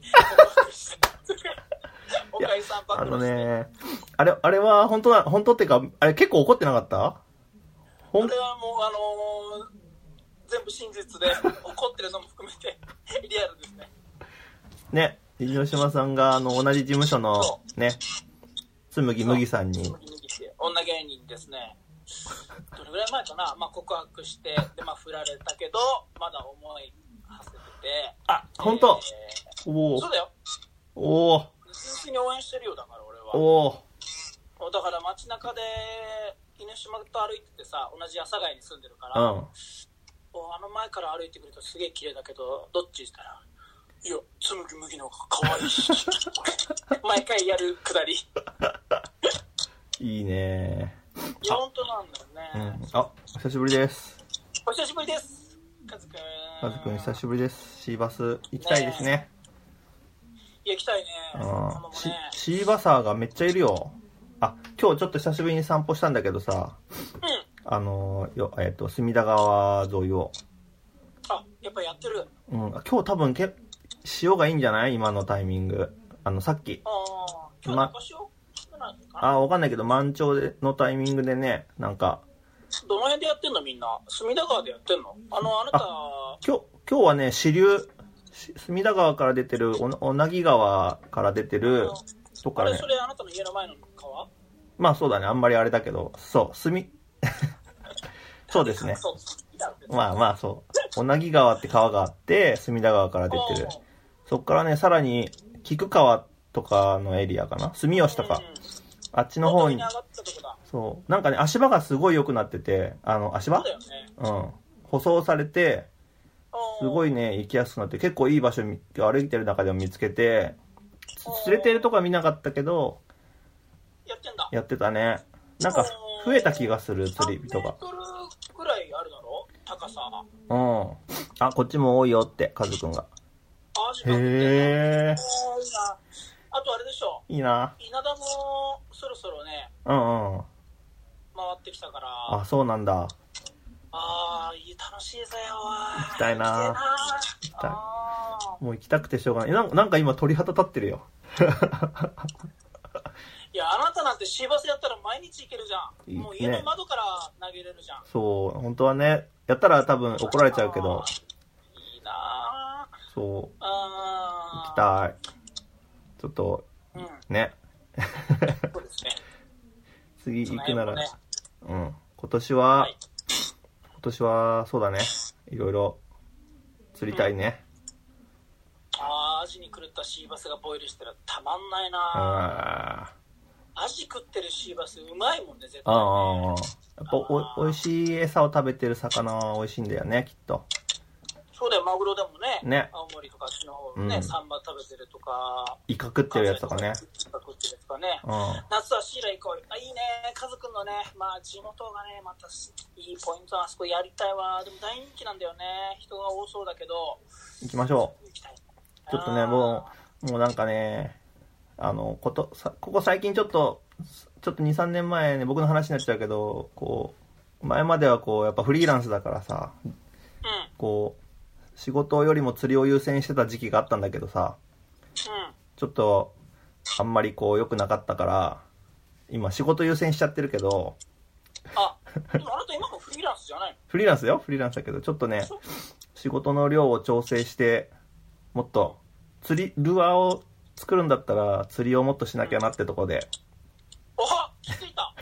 S3: おかゆさんばっかりして。
S2: あのね、あれ、あれは本当だ、本当ってか、あれ結構怒ってなかった？
S3: あれはもう、あのー、全部真実で、怒ってるのも含めて、リアルですね。
S2: ね、木下さんが、あの、同じ事務所の、ね、つむぎむぎさんに。つむぎむぎ
S3: って女芸人ですね。どれぐらい前かな、まあ、告白して、で、まあ、振られたけど、まだ思い馳せてて。
S2: あ、ほんと、
S3: えー、おー。そうだよ。
S2: おー。
S3: 普通に応援してるよ、だから俺は。
S2: お
S3: ー。だから街中で、犬島と歩いててさ、同じ阿佐ヶ谷に住んでるから、
S2: うん、
S3: あの前から歩いてくるとすげえ綺麗だけど、どっちしたら、いや、つむぎむぎの方が可愛いし。毎回やるくだり。
S2: いいね
S3: いや、本当なんだよね。
S2: うん、あ、お久しぶりです。
S3: お久しぶりです。カズくん。
S2: カズくん久しぶりです。シーバス行きたいですね。ね
S3: いや、行きたいね。
S2: あねシ, シーバサーがめっちゃいるよ。あ、今日ちょっと久しぶりに散歩したんだけどさ、
S3: うん、
S2: あのよ、えっと、隅田川沿いを。
S3: あ、やっぱやってる。
S2: うん、今日多分け潮がいいんじゃない今のタイミング。あの、さっき。
S3: ああ、今日
S2: ま
S3: 中潮少ないのかな。
S2: あ、わかんないけど、満潮でのタイミングでね、なんか。
S3: どの辺でやってんのみんな。隅田川でやってんの？あの、あなた。
S2: 今日、今日はね、支流、隅田川から出てる、お小名木川から出てる、とかね。
S3: あれ、それあなたの家の前の川？
S2: まあそうだね、あんまりあれだけど、そう、隅、そうですね。
S3: そう
S2: まあまあそう。小名木川って川があって、隅田川から出てる。そっからね、さらに、菊川とかのエリアかな、住吉とか、うん、あっちの方に、そう、なんかね、足場がすごい良くなってて、あの、足場？そうだよね。うん。舗装されて、すごいね、行きやすくなって、結構いい場所歩いてる中でも見つけて、釣れてるとこは見なかったけど、
S3: やってんだ。
S2: やってたね。なんか、増えた気がする、釣り人が。
S3: さんメートルぐらいあるだろ？高さ。
S2: うん。あ、こっちも多いよって、カズくんが。
S3: へ
S2: え。
S3: あとあれでしょ。
S2: いいな。
S3: 稲田もそろそろね。
S2: うんうん。
S3: 回ってきたから。
S2: あ、そうなんだ。
S3: ああ、いい、楽しいぜよ。
S2: 行きたいな。行きたい。もう行きたくてしょうがない。なんか、なんか今鳥肌立ってるよ。
S3: いや、あなたなんてシーバスやったら毎日行けるじゃん。いいね、もう家の窓から投げれるじゃん。
S2: そう、本当はね、やったら多分怒られちゃうけど。
S3: いいなぁ。
S2: そう。
S3: あ
S2: 行きたい。ちょっと、うん、ね。
S3: そうですね。
S2: 次行くなら、ね、うん。今年は、はい、今年は、そうだね。いろいろ釣りたいね。
S3: うん、ああ、アジに狂ったシーバスがボイルしてるたまんないなぁ。アジ食ってるシーバスうまいもんね、絶対、ね。
S2: ああ。やっぱお、おいしい餌を食べてる魚は美味しいんだよね、きっと。
S3: そうだよ、マグロでもね。
S2: ね。
S3: 青森とかあっちの方ね、うん、サンマ食べてるとか。
S2: イカ食ってるやつとかね。
S3: イカ食ってるやつとかね。
S2: うん、
S3: 夏はシーラ行こう。あ、いいね。カズくんのね、まあ地元がね、またいいポイントあそこやりたいわ。でも大人気なんだよね。人が多そうだけど。
S2: 行きましょう。
S3: 行きたい。
S2: ちょっとね、もう、もうなんかね、あの、こと、さ、ここ最近ちょっと、ちょっとに、さんねんまえね、僕の話になっちゃうけど、こう、前まではこう、やっぱフリーランスだからさ、
S3: うん、
S2: こう、仕事よりも釣りを優先してた時期があったんだけどさ、
S3: うん、
S2: ちょっと、あんまりこう、良くなかったから、今仕事優先しちゃってるけど、
S3: あ、でもあなた今もフリーランスじゃないの？
S2: フリーランスよ、フリーランスだけど、ちょっとね、仕事の量を調整して、もっと、釣り、ルアーを作るんだったら、釣りをもっとしなきゃなってとこで、
S3: おは気づいた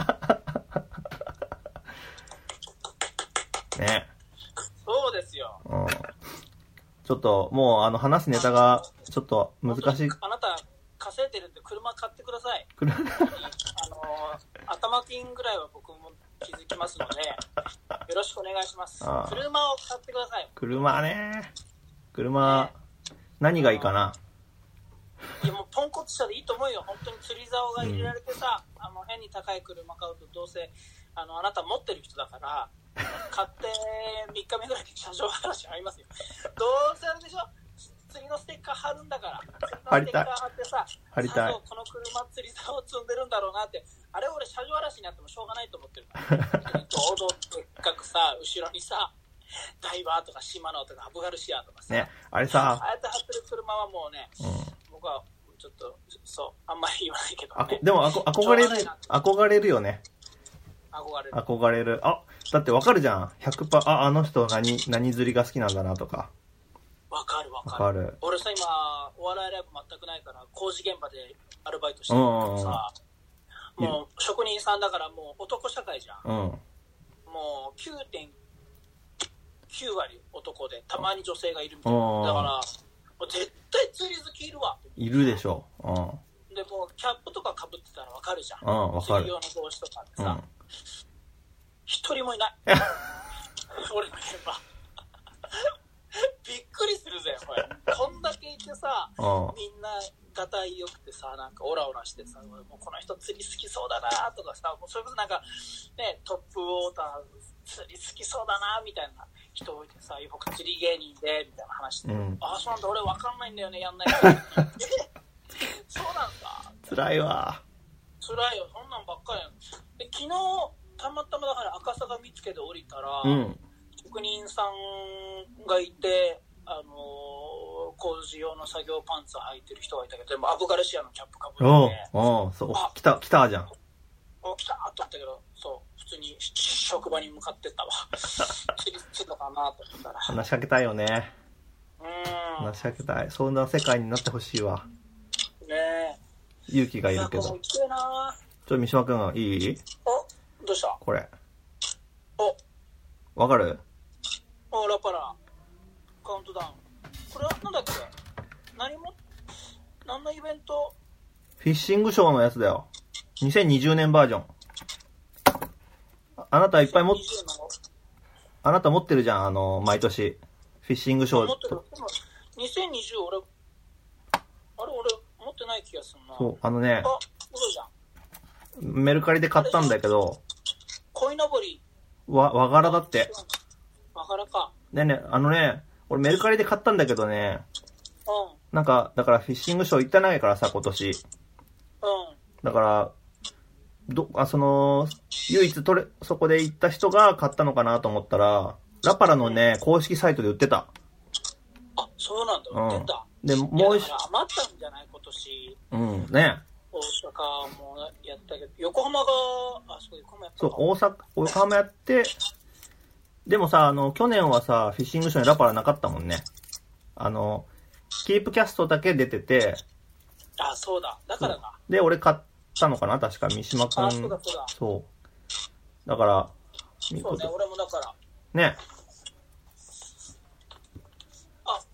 S2: ね。
S3: そうですよ。
S2: うん。ちょっと、もう、あの、話すネタが、ちょっと難しい。
S3: あなた、稼いでるんで車買ってください。
S2: 車
S3: あの、頭金ぐらいは僕も気づきますので、よろしくお願いします。車を買ってください。
S2: 車ね。車、ね、何がいいかな。
S3: いやもうポンコツ車でいいと思うよ。本当に釣り竿が入れられてさ、うん、あの変に高い車買うとどうせあのあなた持ってる人だから買ってみっかめぐらいに車上話ありますよ。どうせあれでしょ、釣りのステッカー貼るんだから、釣りのステッカー貼ってさ、
S2: 貼りたい、
S3: この車釣り竿を積んでるんだろうなって、あれ俺車上嵐になってもしょうがないと思ってるから堂々とでっかくさ、後ろにさダイバーとかシマノとかアブガルシアとかさ、
S2: ね、あれさ、
S3: ああやって貼ってる車はもうね、うん、僕はちょっとそうあんまり言わないけど、ね、
S2: あこでもあこ憧れる憧れるよね。
S3: 憧れる
S2: 憧れる。あ、だってわかるじゃん。ひゃくパーセント、あ、あの人何何釣りが好きなんだなとか。
S3: わかるわかる。
S2: わかる。
S3: 俺さ今お笑いライブ全くないから工事現場でアルバイトしてるからさ、うんうんうん、もう職人さんだからもう男社会じゃん。
S2: うん、
S3: もう きゅうてんきゅう 割男でたまに女性がいるみたいな、だからもう絶対釣り好きいるわ。
S2: いるでしょ。うん。
S3: でもうキャップとか被ってたらわかるじゃん。
S2: うん、わかる。
S3: 釣り用の帽子とかってさ、一、うん、人もいない。俺の現場。びっくりするぜこれ。こんだけいてさ、みんながたいよくてさ、なんかオラオラしてさ、もうこの人釣り好きそうだなとかさ、もうそれこそなんかね、トップウォーター釣り好きそうだなみたいな人をいてさ、僕釣り芸人でみたいな話で、うん、ああそうなんだ、俺わかんないんだよね、やんないからそうなんだ、
S2: 辛いわ。
S3: 辛いよ、そんなんばっかりやん。で昨日たまたまだから赤坂見附で降りたら、
S2: うん。
S3: 職人さんがいて、あのー、工事用の作業パンツ履いてる人がいたけど、でもアブガルシアのキャップかぶって、
S2: おう、そう、来た、来たじゃん。
S3: お、来たーと思ったけど、そう、普通に職場に向かってったわ。知りついのかなと思ったら。
S2: 話しかけたいよね。
S3: うーん。
S2: 話しかけたい。そんな世界になってほしいわ。
S3: ねえ。
S2: 勇気がいるけど。ちょっと三島くん、いい？
S3: お、どうした？
S2: これ。
S3: お。
S2: わかる？
S3: お、ラパラ。カウントダウン。これはなんだっけ？何も、何のイベント？
S2: フィッシングショーのやつだよ。にせんにじゅうねんバージョン。あなたいっぱい持って、あなた持ってるじゃん、あの、毎年。フィッシングショー。
S3: 持ってる。でも、にせんにじゅう俺、あれ俺持ってない気がするな。
S2: そう、あのね、
S3: あ、そうじゃん。
S2: メルカリで買ったんだけど、
S3: 鯉のぼり。
S2: わ、和柄だって。
S3: 和柄か。
S2: ねえね、あのね、俺メルカリで買ったんだけどね、
S3: うん。
S2: なんか、だからフィッシングショー行ってないからさ、今年。
S3: うん。
S2: だから、ど、あ、その、唯一取れ、そこで行った人が買ったのかなと思ったら、ラパラのね、公式サイトで売ってた。
S3: あ、そうなんだ、売ってた。
S2: うん、で、もう一、
S3: 余ったんじゃない今年。
S2: うん、ね。
S3: 大阪もやったけど、横浜が、あ、そう、横浜やった
S2: そう、大阪、横浜やって、でもさ、あの、去年はさ、フィッシングショーにラパラなかったもんね。あの、キープキャストだけ出てて、
S3: あ、そうだ、だからだ。
S2: で、俺買ったのかな確か、三島くん。
S3: あ、そうだ、そうだ。
S2: そう。だから、
S3: そうね、俺もだから。
S2: ね。
S3: あ、あ、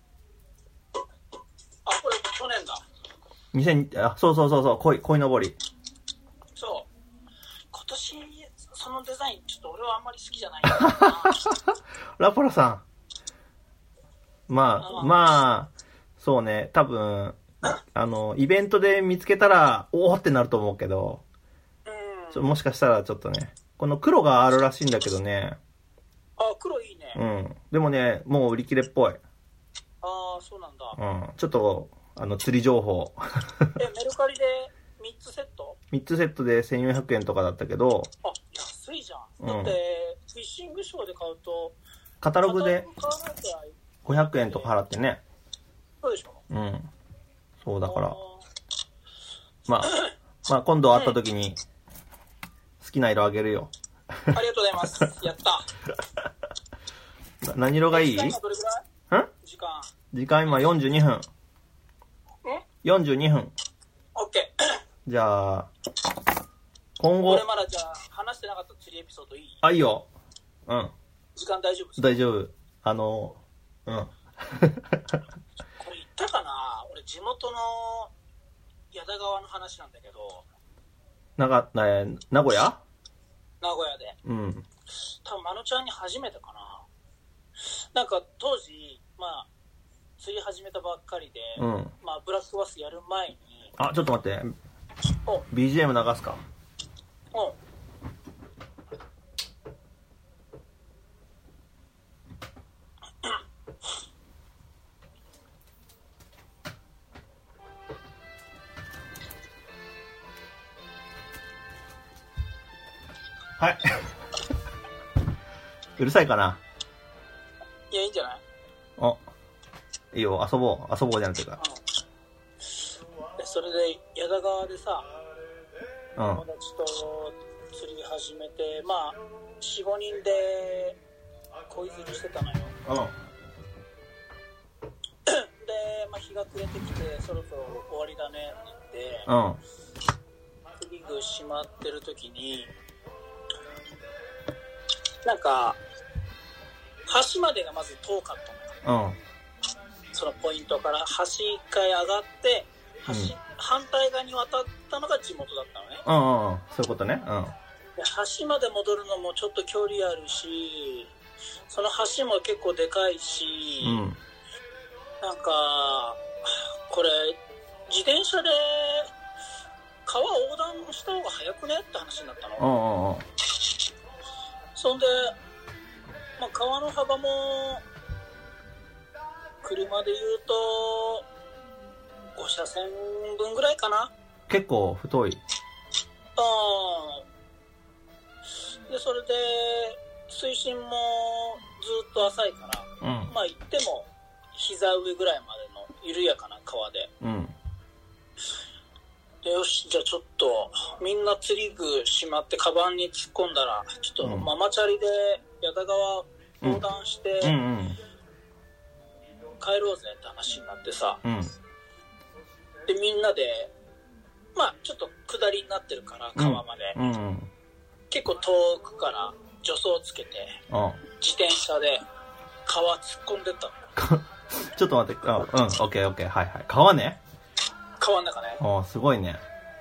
S3: これ去年だ。
S2: にせん、あ、そうそうそうそう、恋、恋のぼり。
S3: そう。今年、そのデザイン、ちょっと俺はあんまり好きじゃないんだよな。
S2: ラパラさん。まあ、まあ、そうね、多分、あの、イベントで見つけたら、おーってなると思うけど、
S3: うん、
S2: ちょもしかしたらちょっとね、この黒があるらしいんだけどね。
S3: あ、黒いいね。
S2: うん。でもね、もう売り切れっぽい。
S3: ああ、そうなんだ。
S2: うん。ちょっと、あの、釣り情報。
S3: え、メルカリでみっつセット？
S2: みっ つセットでせんよんひゃくえんとかだったけど、
S3: あ、安いじゃん。
S2: うん、
S3: だって、フィッシングショーで買うと、
S2: カタログで
S3: 買
S2: ごひゃくえんとか払ってね。
S3: そうでしょ？
S2: うん。そうだから。まあ、まあ今度会った時に、好きな色あげるよ。
S3: ありがとうございます。やった。
S2: 何色がいい？
S3: 時間今どれくらい？
S2: ん？
S3: 時間。
S2: 時間今よんじゅうにふん。ん？ よんじゅうにふん。
S3: オッケ
S2: ー。じゃあ、今後。
S3: 俺まだじゃあ話してなかった釣りエピソードいい？
S2: あ、いいよ。うん。
S3: 時間大丈夫？
S2: 大丈夫。あの、うん。
S3: これ言ったかな？俺地元の矢田川の話なんだけど。
S2: なが、えー、名古屋？
S3: 名古屋で。
S2: うん。
S3: 多分まのちゃんに初めてかな。なんか当時、まあ、釣り始めたばっかりで、
S2: うん、
S3: まあブラックバスやる前に。
S2: あ、ちょっと待って。ビージーエム 流すか。
S3: うん。
S2: はい。うるさいかな？
S3: いや、いいんじゃない？
S2: あ、いいよ、遊ぼう。遊ぼうじゃなくてか。
S3: うん、それで、矢田川でさ、
S2: うん、
S3: 友達と釣り始めて、まあ、よん、ごにんで恋釣りしてたのよ。
S2: うん。
S3: で、まあ、日が暮れてきて、そろそろ終わりだねって言って、
S2: うん。
S3: 釣り具しまってる時に、なんか、橋までがまず遠かったのよ。
S2: うん。
S3: そのポイントから橋一回上がって、橋、うん、反対側に渡ったのが地元だったのね。
S2: うんうん、そういうことね。うん。
S3: で、橋まで戻るのもちょっと距離あるし、その橋も結構でかいし、うん、なんか、これ、自転車で川横断した方が早くねって話になったの。
S2: うんうんうん。
S3: そんで、まあ、川の幅も車で言うとご車線分ぐらいかな。
S2: 結構太い。
S3: ああ。 でそれで水深もずっと浅いから、うん、まあ行っても膝上ぐらいまでの緩やかな川で、うん、でよしじゃあちょっとみんな釣り具しまってカバンに突っ込んだらちょっとママチャリで矢田川横断して、うんうんうん、帰ろうぜって話になってさ、うん、でみんなでまあちょっと下りになってるから川まで、うんうん、結構遠くから助走つけて自転車で川突っ込んでったの
S2: ちょっと待って、あ、うん、オッケーオッケー、はいはい。川ね。
S3: 川の中ね。
S2: ああ、すごいね。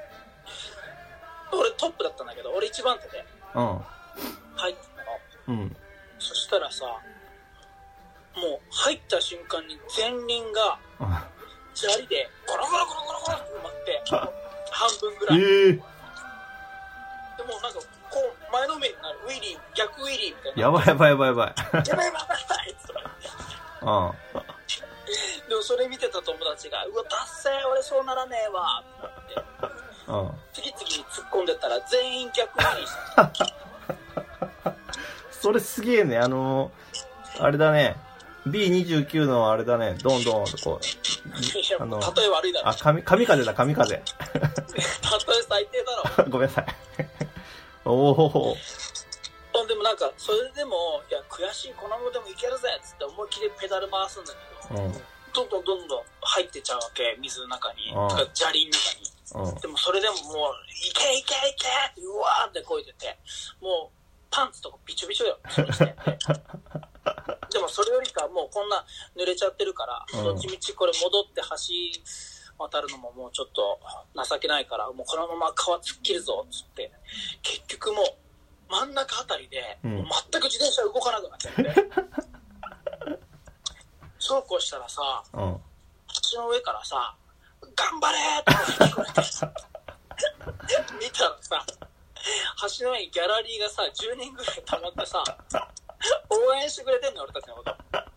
S3: 俺トップだったんだけど、俺一番手で。うん。入ってたの。うん。そしたらさ、もう入った瞬間に前輪が砂利でゴロゴロゴロゴロゴロって埋まって半分ぐらい。えー、でもなんかこう前のめりになるウィリー逆ウィリーみたいな。
S2: やばいやばいやばいやばい。
S3: やばいやばいやばいっつって。ああ。でもそれ見てた友達がうわ達成俺そうならねえわってって次々に突っ込んでったら全員逆ウィリーした
S2: それすげえね。あのー、あれだね ビーにじゅうきゅう のあれだねどんどんとこう
S3: あの例え悪いだろ
S2: あ神神風だ神風例え
S3: 最低だろ
S2: ごめんなさいおお
S3: でもなんかそれでもいや悔しいこのままでもいけるぜっつって思いっきりペダル回すんだけど、うん、どんどんどんどん入ってっちゃうわけ水の中に、うん、とか砂利の中に、うん、でもそれでももういけいけいけってうわーってこいでてもうパンツとかビチョビチョよそしてでもそれよりかもうこんな濡れちゃってるから、うん、どっちみちこれ戻って橋渡るのももうちょっと情けないからもうこのまま川突っ切るぞっつって結局もう真ん中あたりで、うん、もう全く自転車動かなくなっちゃってそうこうしたらさ、うん、橋の上からさ頑張れーって聞こえて見たらさ橋の上にギャラリーがさじゅうにんぐらい溜まってさ応援してくれてんの俺たちのこと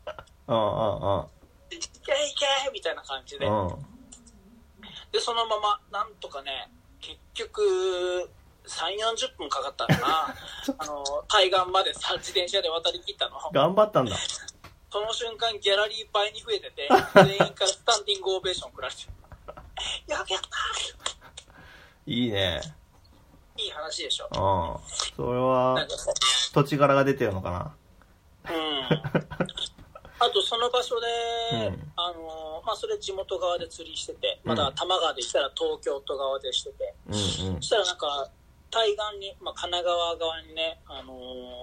S3: いけいけみたいな感じででそのままなんとかね結局さんじゅうよんじゅっぷんかかったかなあの海岸までさ自転車で渡り切ったの
S2: 頑張ったんだ
S3: その瞬間ギャラリー倍に増えてて全員からスタンディングオベーション食られてやべやった
S2: いいね
S3: いい話でしょ
S2: ああそれは土地柄が出てるのかな
S3: うんあとその場所で、うん、あのまあそれ地元側で釣りしててまだ多摩川で行ったら東京都側でしてて、うんうん、そしたらなんか対岸に、まあ、神奈川側にね、あのー、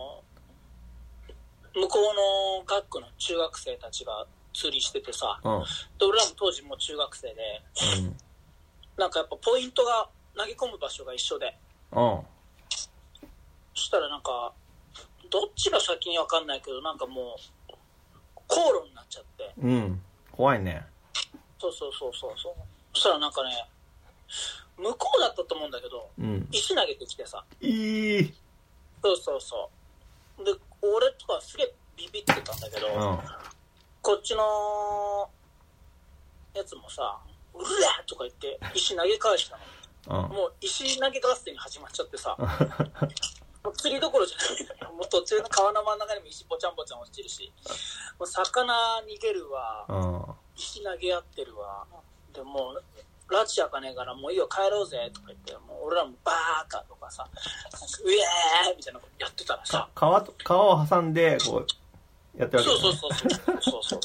S3: 向こうの学区の中学生たちが釣りしててさ、うん、で俺らも当時もう中学生で、うん、なんかやっぱポイントが投げ込む場所が一緒で、うん、そしたらなんかどっちが先に分かんないけどなんかもう口論になっちゃって、
S2: うん、怖いね。
S3: そうそうそうそうそう。そしたらなんかね向こうだったと思うんだけど、うん、石投げてきてさ、
S2: いい
S3: そうそうそうで俺とかすげえビビってたんだけど、うん、こっちのやつもさうるらとか言って石投げ返したの、うん、もう石投げ合戦に始まっちゃってさもう釣りどころじゃないんだよ。もう途中の川の真ん中にも石ぼちゃんぼちゃん落ちてるしもう魚逃げるわ、うん、石投げ合ってるわでもう拉致やかねえからもういいよ帰ろうぜとか言ってもう俺らもバーカとかさうえーみたいなことやってたらさ
S2: 川と川を挟んでこうやってるわけ、ね、
S3: そうそうそうそうそう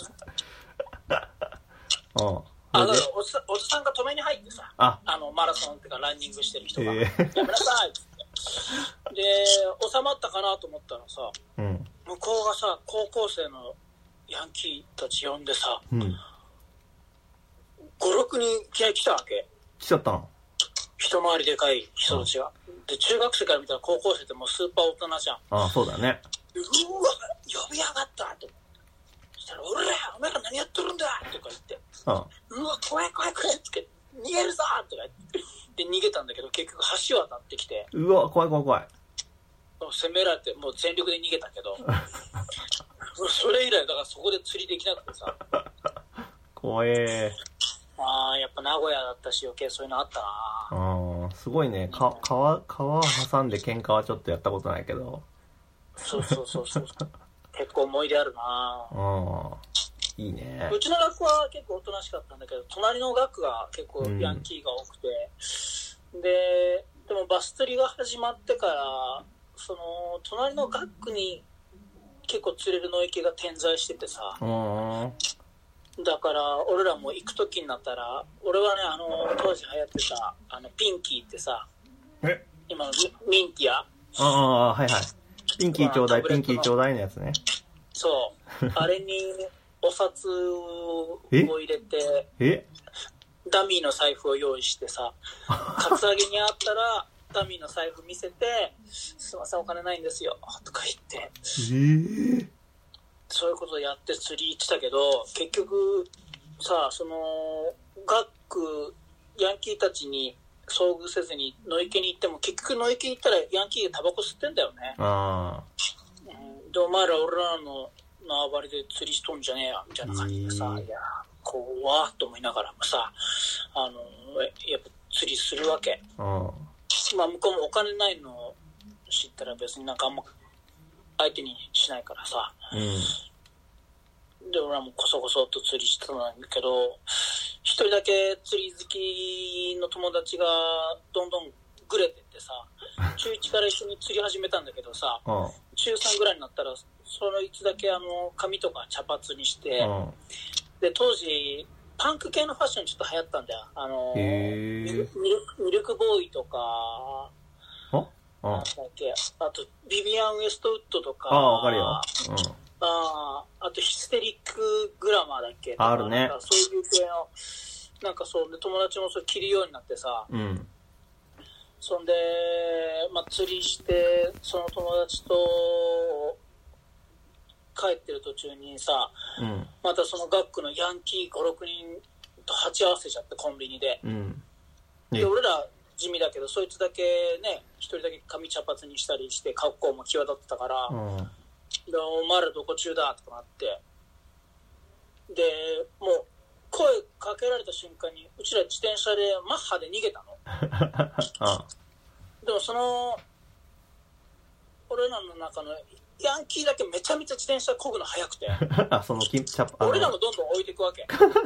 S3: そうあのおじさんおじさんが止めに入ってさ あ, あのマラソンっていうかランニングしてる人が、えー、やめなさいってで収まったかなと思ったらさ、うん、向こうがさ高校生のヤンキーたち呼んでさ、うん、ごろくにんいきなり来たわけ。
S2: 来ちゃったの
S3: 一回りでかい人たちが、うん、で中学生から見たら高校生ってもうスーパー大人じゃん。
S2: ああそうだね。
S3: うわ呼びやがったとそしたら俺らお前ら何やってるんだとか言って、ああうわ怖い怖い怖いって逃げるぞとか言ってで逃げたんだけど結局橋渡ってきて
S2: うわ怖い怖い怖い
S3: 攻められてもう全力で逃げたけどそれ以来だからそこで釣りできなくてさ
S2: 怖え
S3: ああやっぱ名古屋だったし余計そういうのあったな
S2: ん、すごいね。か川川挟んで喧嘩はちょっとやったことないけど。
S3: そうそうそうそう。結構思い出あるな。
S2: うん。いいね。
S3: うちの学校は結構おとなしかったんだけど、隣の学区が結構ヤンキーが多くて、うん、で、でもバス釣りが始まってから、その隣の学区に結構釣れる野池が点在しててさ。
S2: うん。
S3: だから俺らも行く時になったら、俺はね、あの当時流行ってたあのピンキーってさ、
S2: え
S3: 今のミンティア、
S2: ああ、はいはい。ピンキーちょうだい、ピンキーちょうだいのやつね。
S3: そうあれにお札を入れて、
S2: え
S3: ダミーの財布を用意してさ、カツアゲにあったらダミーの財布見せて、すいませんお金ないんですよとか言って、
S2: えー、
S3: そういうことをやって釣り行ってたけど、結局さ、その学区ヤンキーたちに遭遇せずに野池に行っても、結局野池に行ったらヤンキーがタバコ吸ってんだよね。
S2: あ、
S3: うん、でお前ら俺らの縄張りで釣りしとんじゃねえやみたいな感じでさ、いや怖っと思いながらもさ、あのやっぱ釣りするわけ。
S2: うん、
S3: まあ向こうもお金ないのを知ったら別になんかあんま相手にしないからさ、うん、で俺らもこそこそっと釣りしてたんだけど、一人だけ釣り好きの友達がどんどんグレてってさ、中いちから一緒に釣り始めたんだけどさ、
S2: うん、
S3: 中さんぐらいになったらそのいつだけあの髪とか茶髪にして、うん、で当時パンク系のファッションちょっと流行ったんだよ。あのミル、ミルクボーイとか、
S2: あ
S3: なんだっけ、あとビビアン・ウエストウッドとか、
S2: あ、わかるよ。うん、
S3: ああとヒステリックグラマーだっけ、
S2: あるね。
S3: なんかそういう系のなんかそうで友達もそれ着るようになってさ、
S2: うん、
S3: そんでまあ釣りしてその友達と帰ってる途中にさ、うん、またその学区のヤンキーご、ろくにんと鉢合わせちゃってコンビニで、うん、で俺ら地味だけどそいつだけね一人だけ髪茶髪にしたりして格好も際立ってたから、うん、でお前らどこ中だとかなって、でもう声かけられた瞬間にうちら自転車でマッハで逃げたの。ああでもその俺らの中のヤンキーだけめちゃめちゃ自転車漕ぐの速くて
S2: あそのキチャ
S3: 俺らもどんどん置いていくわけ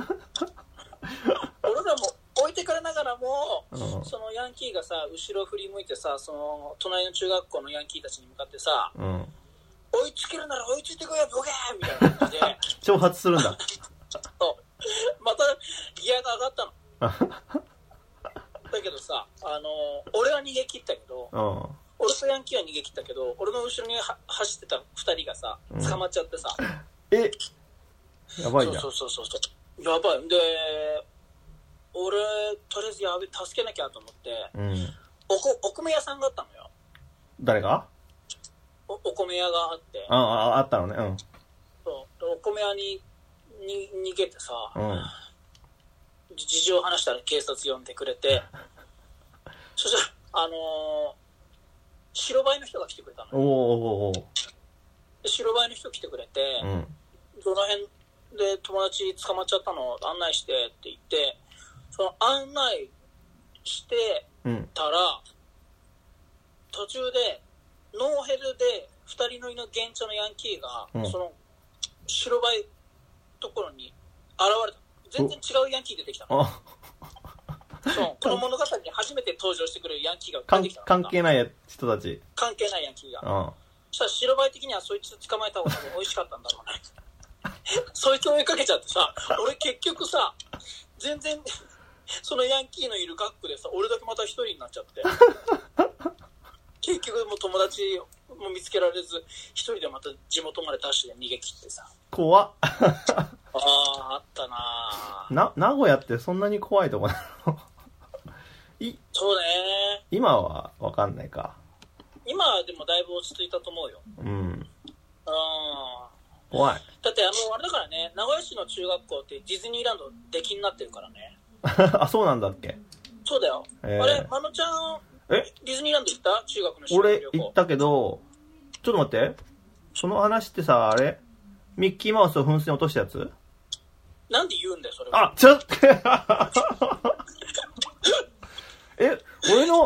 S3: 俺らも置いてかれながらも、うん、そのヤンキーがさ後ろ振り向いてさ、その隣の中学校のヤンキーたちに向かってさ、うん、追いつけるなら追いついてこいよボケーみたいな感じで
S2: 挑発するんだ
S3: そうまたギアが上がったのだけどさ、あの俺は逃げ切ったけど、うん、俺とヤンキーは逃げ切ったけど、俺の後ろに走ってたふたりがさ捕まっちゃってさ、うん、
S2: えやばいじゃん。
S3: そうそうそうそうやばい。で俺とりあえずやべ助けなきゃと思って、うん、お, こお米屋さんがあったのよ。
S2: 誰が
S3: お, お米屋があって、
S2: あああったのね。うん。
S3: そうお米屋にに逃げてさ、うん、事情を話したら警察呼んでくれてそしたらあのー、白バイの人が来てくれたのよ。
S2: おお
S3: 白バイの人来てくれて、うん、どの辺で友達捕まっちゃったの案内してって言って、その案内してたら、うん、途中でノーヘルでふたり乗りの現地のヤンキーが、うん、その白バイところに現れた。全然違うヤンキー出てきたの。そうこの物語に初めて登場してくるヤンキーが出てきたの。
S2: 関係ない人たち。
S3: 関係ないヤンキーが。そしたら白バイ的にはそいつ捕まえた方が美味しかったんだろうね。そいつを追いかけちゃってさ、俺結局さ、全然そのヤンキーのいる学区でさ、俺だけまた一人になっちゃって。結局もう友達も見つけられず、一人でまた地元までダッシュで逃げ切ってさ。
S2: 怖っ。
S3: ああ、あったな
S2: な。名古屋ってそんなに怖いとこなの？い
S3: そうね。
S2: 今は分かんないか。
S3: 今はでもだいぶ落ち着いたと思うよ。うん。あ
S2: 怖い。
S3: だってあのあれだからね、名古屋市の中学校ってディズニーランド出禁になってるからね。
S2: あ、そうなんだっけ？
S3: そうだよ。えー、あれ、まのちゃん、えディズニーランド行った？中学の修学旅行。
S2: 俺行ったけど、ちょっと待って。その話ってさ、あれミッキーマウスを噴水に落としたやつ？
S3: なんで言うんだよ、それは。
S2: あ、ちょっとえ、俺の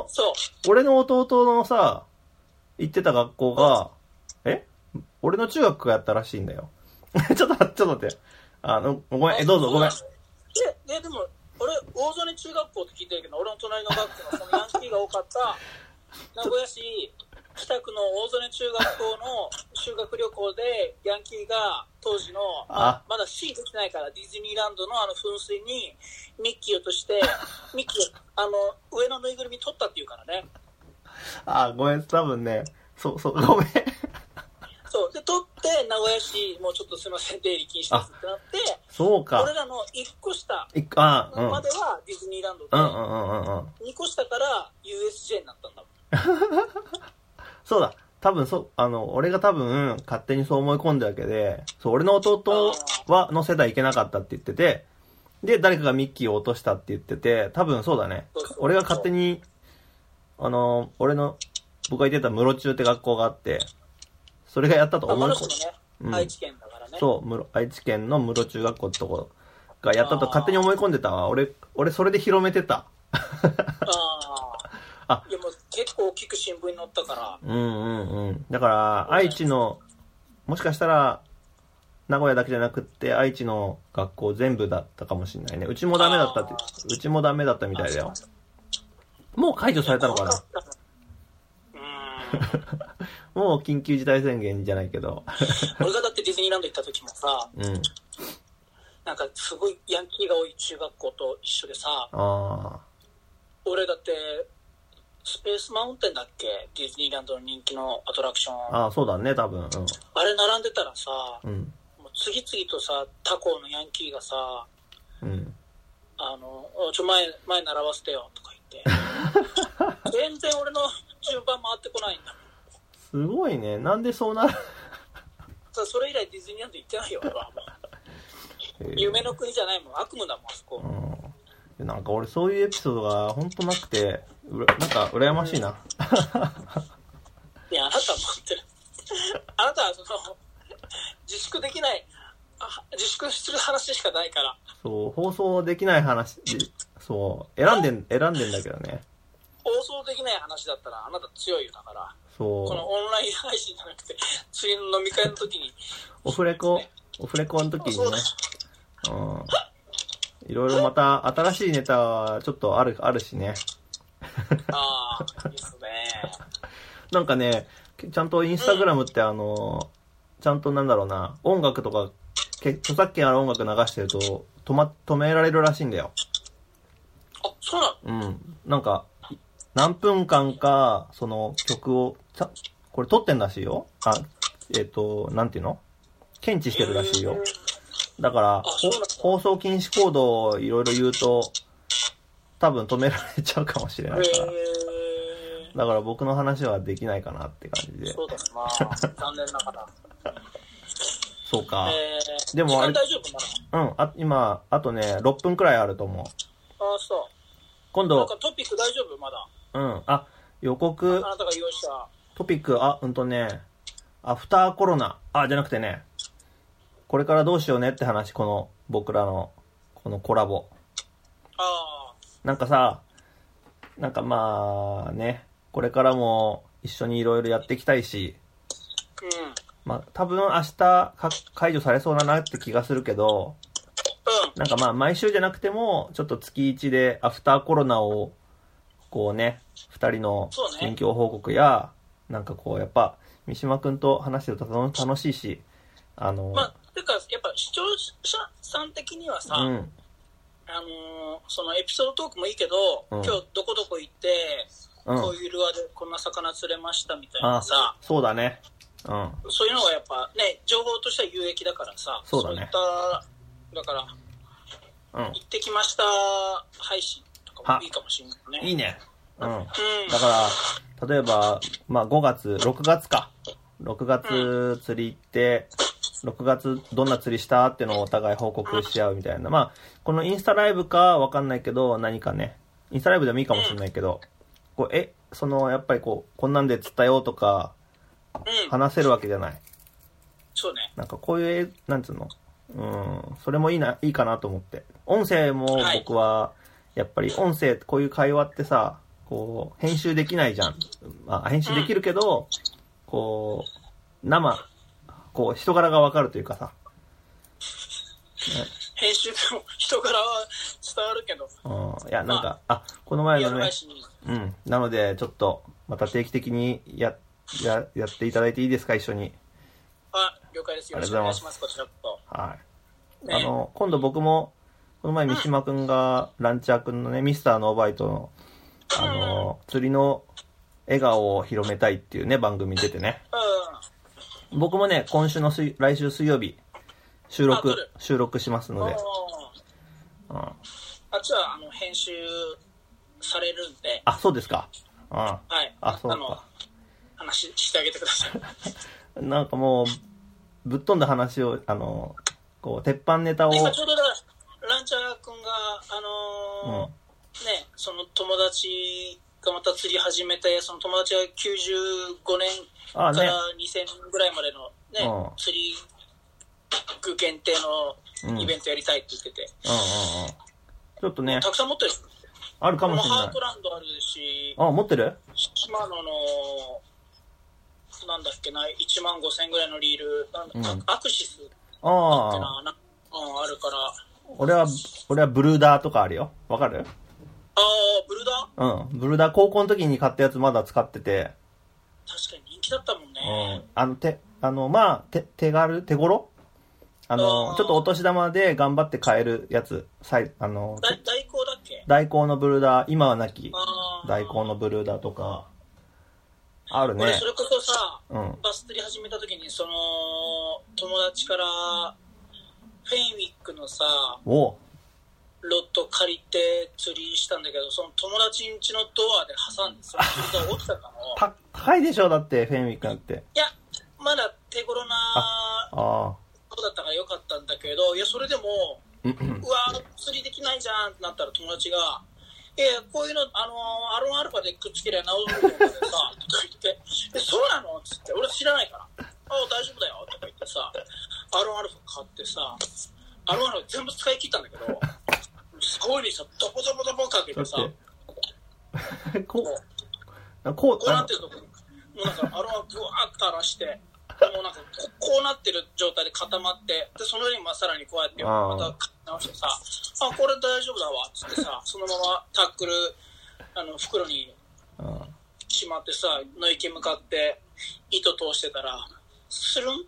S2: 俺の弟のさ、行ってた学校が、え俺の中学がやったらしいんだよ。ちょっと待って、ちょっと待って。あの、ごめん、え、どうぞ、ごめん。
S3: で、で、でも、俺、大曽根中学校って聞いてるけど、俺の隣の学校のそのヤンキーが多かった、名古屋市北区の大曽根中学校の修学旅行で、ヤンキーが当時の、ま, まだ C できないからディズニーランドのあの噴水にミッキーを落として、ミッキー、あの、上のぬいぐるみ取ったっていうからね。
S2: あ、ごめん、多分ね、そう、そう、ごめん。
S3: そう。で、取って、名古屋市、もうちょっとすいません、出入り禁止ですってなって、
S2: そうか。
S3: 俺らのいっこ下
S2: あ、うん、
S3: まではディズニーランドで、
S2: うんうんうんうん、
S3: にこ下から ユーエスジェー になったんだもん。
S2: そうだ。多分そう、あの、俺が多分、勝手にそう思い込んだわけで、そう、俺の弟は、の世代行けなかったって言ってて、で、誰かがミッキーを落としたって言ってて、多分そうだね。そうそうそう、俺が勝手に、あの、俺の、僕が行ってた室中って学校があって、それがやったと思う。
S3: ね、うん、愛知県だからね。
S2: そう、愛知県の室中学校ってとこがやったと勝手に思い込んでたわ。俺、俺それで広めてた。
S3: ああ。いやもう結構大きく新聞に載ったから。
S2: うんうんうん。だから、愛知の、もしかしたら、名古屋だけじゃなくって、愛知の学校全部だったかもしれないね。うちもダメだったって、うちもダメだったみたいだよ。もう解除されたのかな。もう緊急事態宣言じゃないけど。
S3: 俺がだってディズニーランド行った時もさ、
S2: うん、
S3: なんかすごいヤンキーが多い中学校と一緒でさ、
S2: あ
S3: 俺だってスペースマウンテンだっけ、ディズニーランドの人気のアトラクション。
S2: ああ、そうだね、多分。うん、
S3: あれ並んでたらさ、
S2: うん、
S3: もう次々とさ、他校のヤンキーがさ、
S2: うん、
S3: あの、ちょ前前並ばせてよとか言って、全然俺の順番回ってこないんだもん。
S2: すごいね。なんでそうなる
S3: それ以来ディズニーランド行ってないよ、俺はもう。夢の国じゃないもん、悪夢だもん、あそこ。
S2: うん、なんか俺そういうエピソードが本当なくて、なんか羨ましいな。
S3: いや、あなたは持ってる。あなたはその、自粛できない、自粛する話しかないから。
S2: そう、放送できない話、そう、選んでん、選んでんだけどね。
S3: 放送できない話だったらあなた強いよ、だから。
S2: そう。
S3: このオンライン配信じゃなくて、次の飲み会の時に。
S2: オフレコ、ね、オフレコの時にね。うん。いろいろまた新しいネタはちょっとある、あるしね。
S3: ああ、いいっすね。
S2: なんかね、ちゃんとインスタグラムってあの、うん、ちゃんとなんだろうな、音楽とか、著作権ある音楽流してると、止ま、止められるらしいんだよ。
S3: あ、そうな
S2: の？うん。なんか、何分間か、その曲を、これ撮ってんらしいよ。あ、えっと、なんていうの？検知してるらしいよ。だから、放送禁止コードをいろいろ言うと、多分止められちゃうかもしれないから。だから僕の話はできないかなって感じで。
S3: そうだな残念ながら。
S2: そうか。
S3: えー、
S2: でもあれ、
S3: 時間大丈夫かな？
S2: うん、あ、今、あとね、ろっぷんくらいあると思う。
S3: ああ、そう。
S2: 今度。
S3: なんかトピック大丈夫まだ。
S2: うん。あ、予告。
S3: あなたが用意した
S2: トピック、あ、うんとね、アフターコロナ。あ、じゃなくてね、これからどうしようねって話、この、僕らの、このコラボ。
S3: ああ。
S2: なんかさ、なんかまあね、これからも一緒にいろいろやっていきたいし、
S3: うん。
S2: まあ多分明日か解除されそうだなって気がするけど、
S3: うん。
S2: なんかまあ毎週じゃなくても、ちょっと月いちでアフターコロナを、こうね、二人の近況報告や、ね、なんかこうやっぱ、三島くんと話してると楽しいし、あの、
S3: まあ、てか、やっぱ視聴者さん的にはさ、
S2: うん、
S3: あのー、そのエピソードトークもいいけど、うん、今日どこどこ行って、うん、こういうルアーでこんな魚釣れましたみたいなさ、
S2: そうだね。うん。
S3: そういうのがやっぱね、情報としては有益だからさ、
S2: そうだね。
S3: そういった、だから、うん、行ってきました配信とかもいいかもしれないね。
S2: いいね。うん。うん、だから、例えば、まあごがつ、ろくがつか。ろくがつ釣り行って、ろくがつどんな釣りしたっていうのをお互い報告し合うみたいな。まあ、このインスタライブかわかんないけど、何かね、インスタライブでもいいかもしれないけど、こう、え、その、やっぱりこう、こんなんで釣ったよとか、話せるわけじゃない。
S3: そうね。
S2: なんかこういう、なんつうの、うん、それもいいな、いいかなと思って。音声も僕は、やっぱり音声、こういう会話ってさ、 こう、編集できないじゃん。まあ、編集できるけど、うん、こう、生、こう、人柄がわかるというかさ。
S3: ね、編集でも人柄は伝わるけど。
S2: うん。いや、なんか、あ、この前のね、うん。なので、ちょっと、また定期的にや、や、やっていただいていいですか、一緒に。
S3: あ、了解です。よろしくお願いします。こちらこそ。
S2: はい。ね、あの、今度僕も、この前三島くんが、ランチャーくんのね、ミスターノーバイトの、あの、釣りの笑顔を広めたいっていうね、番組に出てね。うん。僕もね、今週の水、来週水曜日、収録、収録しますので。
S3: うん。あっちは、あの、編集されるんで。
S2: あ、そうですか。うん。
S3: はい。
S2: あ、そうか。
S3: あの、話してあげてくださ
S2: い。なんかもう、ぶっ飛んだ話を、あの、こう、鉄板ネタを。
S3: 今ちょうどだ、ランチャー君が、あのーうん、ね、その友達がまた釣り始めて、その友達がきゅうじゅうごねんからにせんねんぐらいまでのね、ね、うん、釣り具限定のイベントやりたいって言ってて。うんうんうん、
S2: ちょっとね。
S3: たくさん持ってる。
S2: あるかもしれない。
S3: ハートランドあるし。
S2: あ、持ってる？
S3: 島野の、なんだっけな、いちまんごせんぐらいのリール、なんだ、うん、アクシスだっけな、な、うん、あるから。
S2: 俺は、俺はブルーダーとかあるよ。わかる？
S3: ああ、ブルーダ
S2: ー？うん。ブルーダー高校の時に買ったやつまだ使ってて。
S3: 確かに人気だったもんね。
S2: うん。あの、て、あの、まあ、て、手軽、手頃？あの、あちょっとお年玉で頑張って買えるやつ。さい、あの、
S3: 大光だっけ？
S2: 大光のブルーダー、今はなき、大光のブルーダーとか、あるね。
S3: 俺それこそさ、うん、バス釣り始めた時に、その、友達から、フェインウィックのさ、
S2: お
S3: ロッド借りて釣りしたんだけど、その友達ん家のドアで挟んで、その釣りが落ちたかの。
S2: 高いでしょ、だって、フェインウィックなんて。
S3: いや、まだ手頃な、ああ。そうだったからよかったんだけど、いや、それでも、うわ釣りできないじゃんってなったら友達が、いや、こういうの、あのー、アロンアルファでくっつけりゃ治ると思うんだけどさ、とか言って、え、そうなのつって、俺知らないから、ああ、大丈夫だよ、とか言ってさ、アロンアルファ買ってさ、アロンアルファ全部使い切ったんだけど、すごいにさ、ドボドボドボかけてさ、
S2: こ
S3: う、こうなってるとこ、もうなんかアロンアルファブワーッと垂らして、もうなんかこ、こうなってる状態で固まって、で、その上にまあさらにこうやってまた直してさ、あ、これ大丈夫だわ、つってさ、そのままタックル、あの、袋にしまってさ、野池向かって糸通してたら、スルン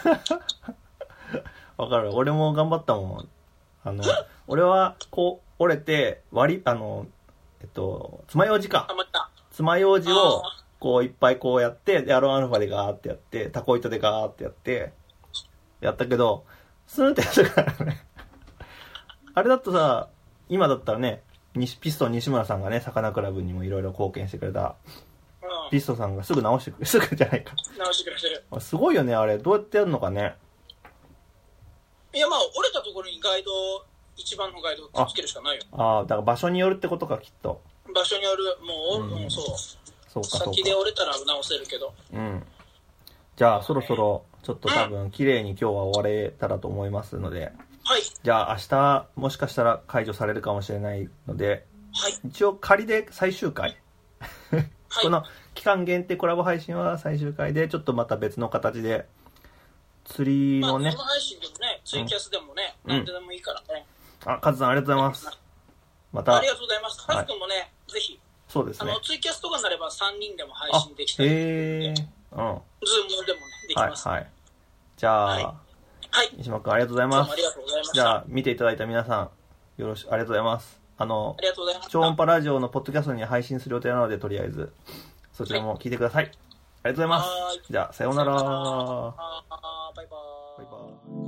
S2: わかる。俺も頑張ったもん。あの、俺はこう折れて割り、あの、えっと、爪楊枝か。爪楊枝を、こういっぱいこうやって、で、アロンアルファでガーってやって、タコ糸でガーってやって、やったけど、スーンってやったからね。あれだとさ、今だったらね、ピストン西村さんがね、魚クラブにもいろいろ貢献してくれた、うん、ピストンさんがすぐ直してくれる、すぐじゃないか。
S3: 直してくれてる。
S2: すごいよね、あれ。どうやってやるのかね。
S3: いや、まあ、折れたところにガイド、一番のガイドをくっつけるしかないよ。
S2: ああ、だから場所によるってことか、きっと。
S3: 場所による、もう、うん、もうそう。そうかそうか。先で折れたら直せるけど。
S2: うん。じゃあ、そろそろ、ちょっと多分、綺麗に今日は終われたらと思いますので。
S3: はい。
S2: じゃあ、明日、もしかしたら解除されるかもしれないので、
S3: はい。
S2: 一応、仮で最終回。はい、この期間限定コラボ配信は最終回で、ちょっとまた別の形で、釣りのね。
S3: まあ、この配信でもね、ツイキャスでもね、うん、なんででもいいからね。
S2: あ、カズさんありがとうございます。また。
S3: ありがとうございます。カズ君もね、はい、ぜひ。
S2: そうですね。
S3: あの、ツイキャスとかになればさんにんでも配信できたり。
S2: へー。うん。ズー
S3: ムでもね、できます。
S2: はい、はい。じゃあ、
S3: はい。はい、
S2: 西間くんありがとうございます。
S3: ありがとうございました。
S2: じゃあ、見ていただいた皆さん、よろしく、ありがとうございます。あの、
S3: ありがとうございます。
S2: 超音波ラジオのポッドキャストに配信する予定なので、とりあえず、そちらも聞いてください。はい、ありがとうございます。じゃあ、さようなら。
S3: バイバーイ。
S2: バイバーイ。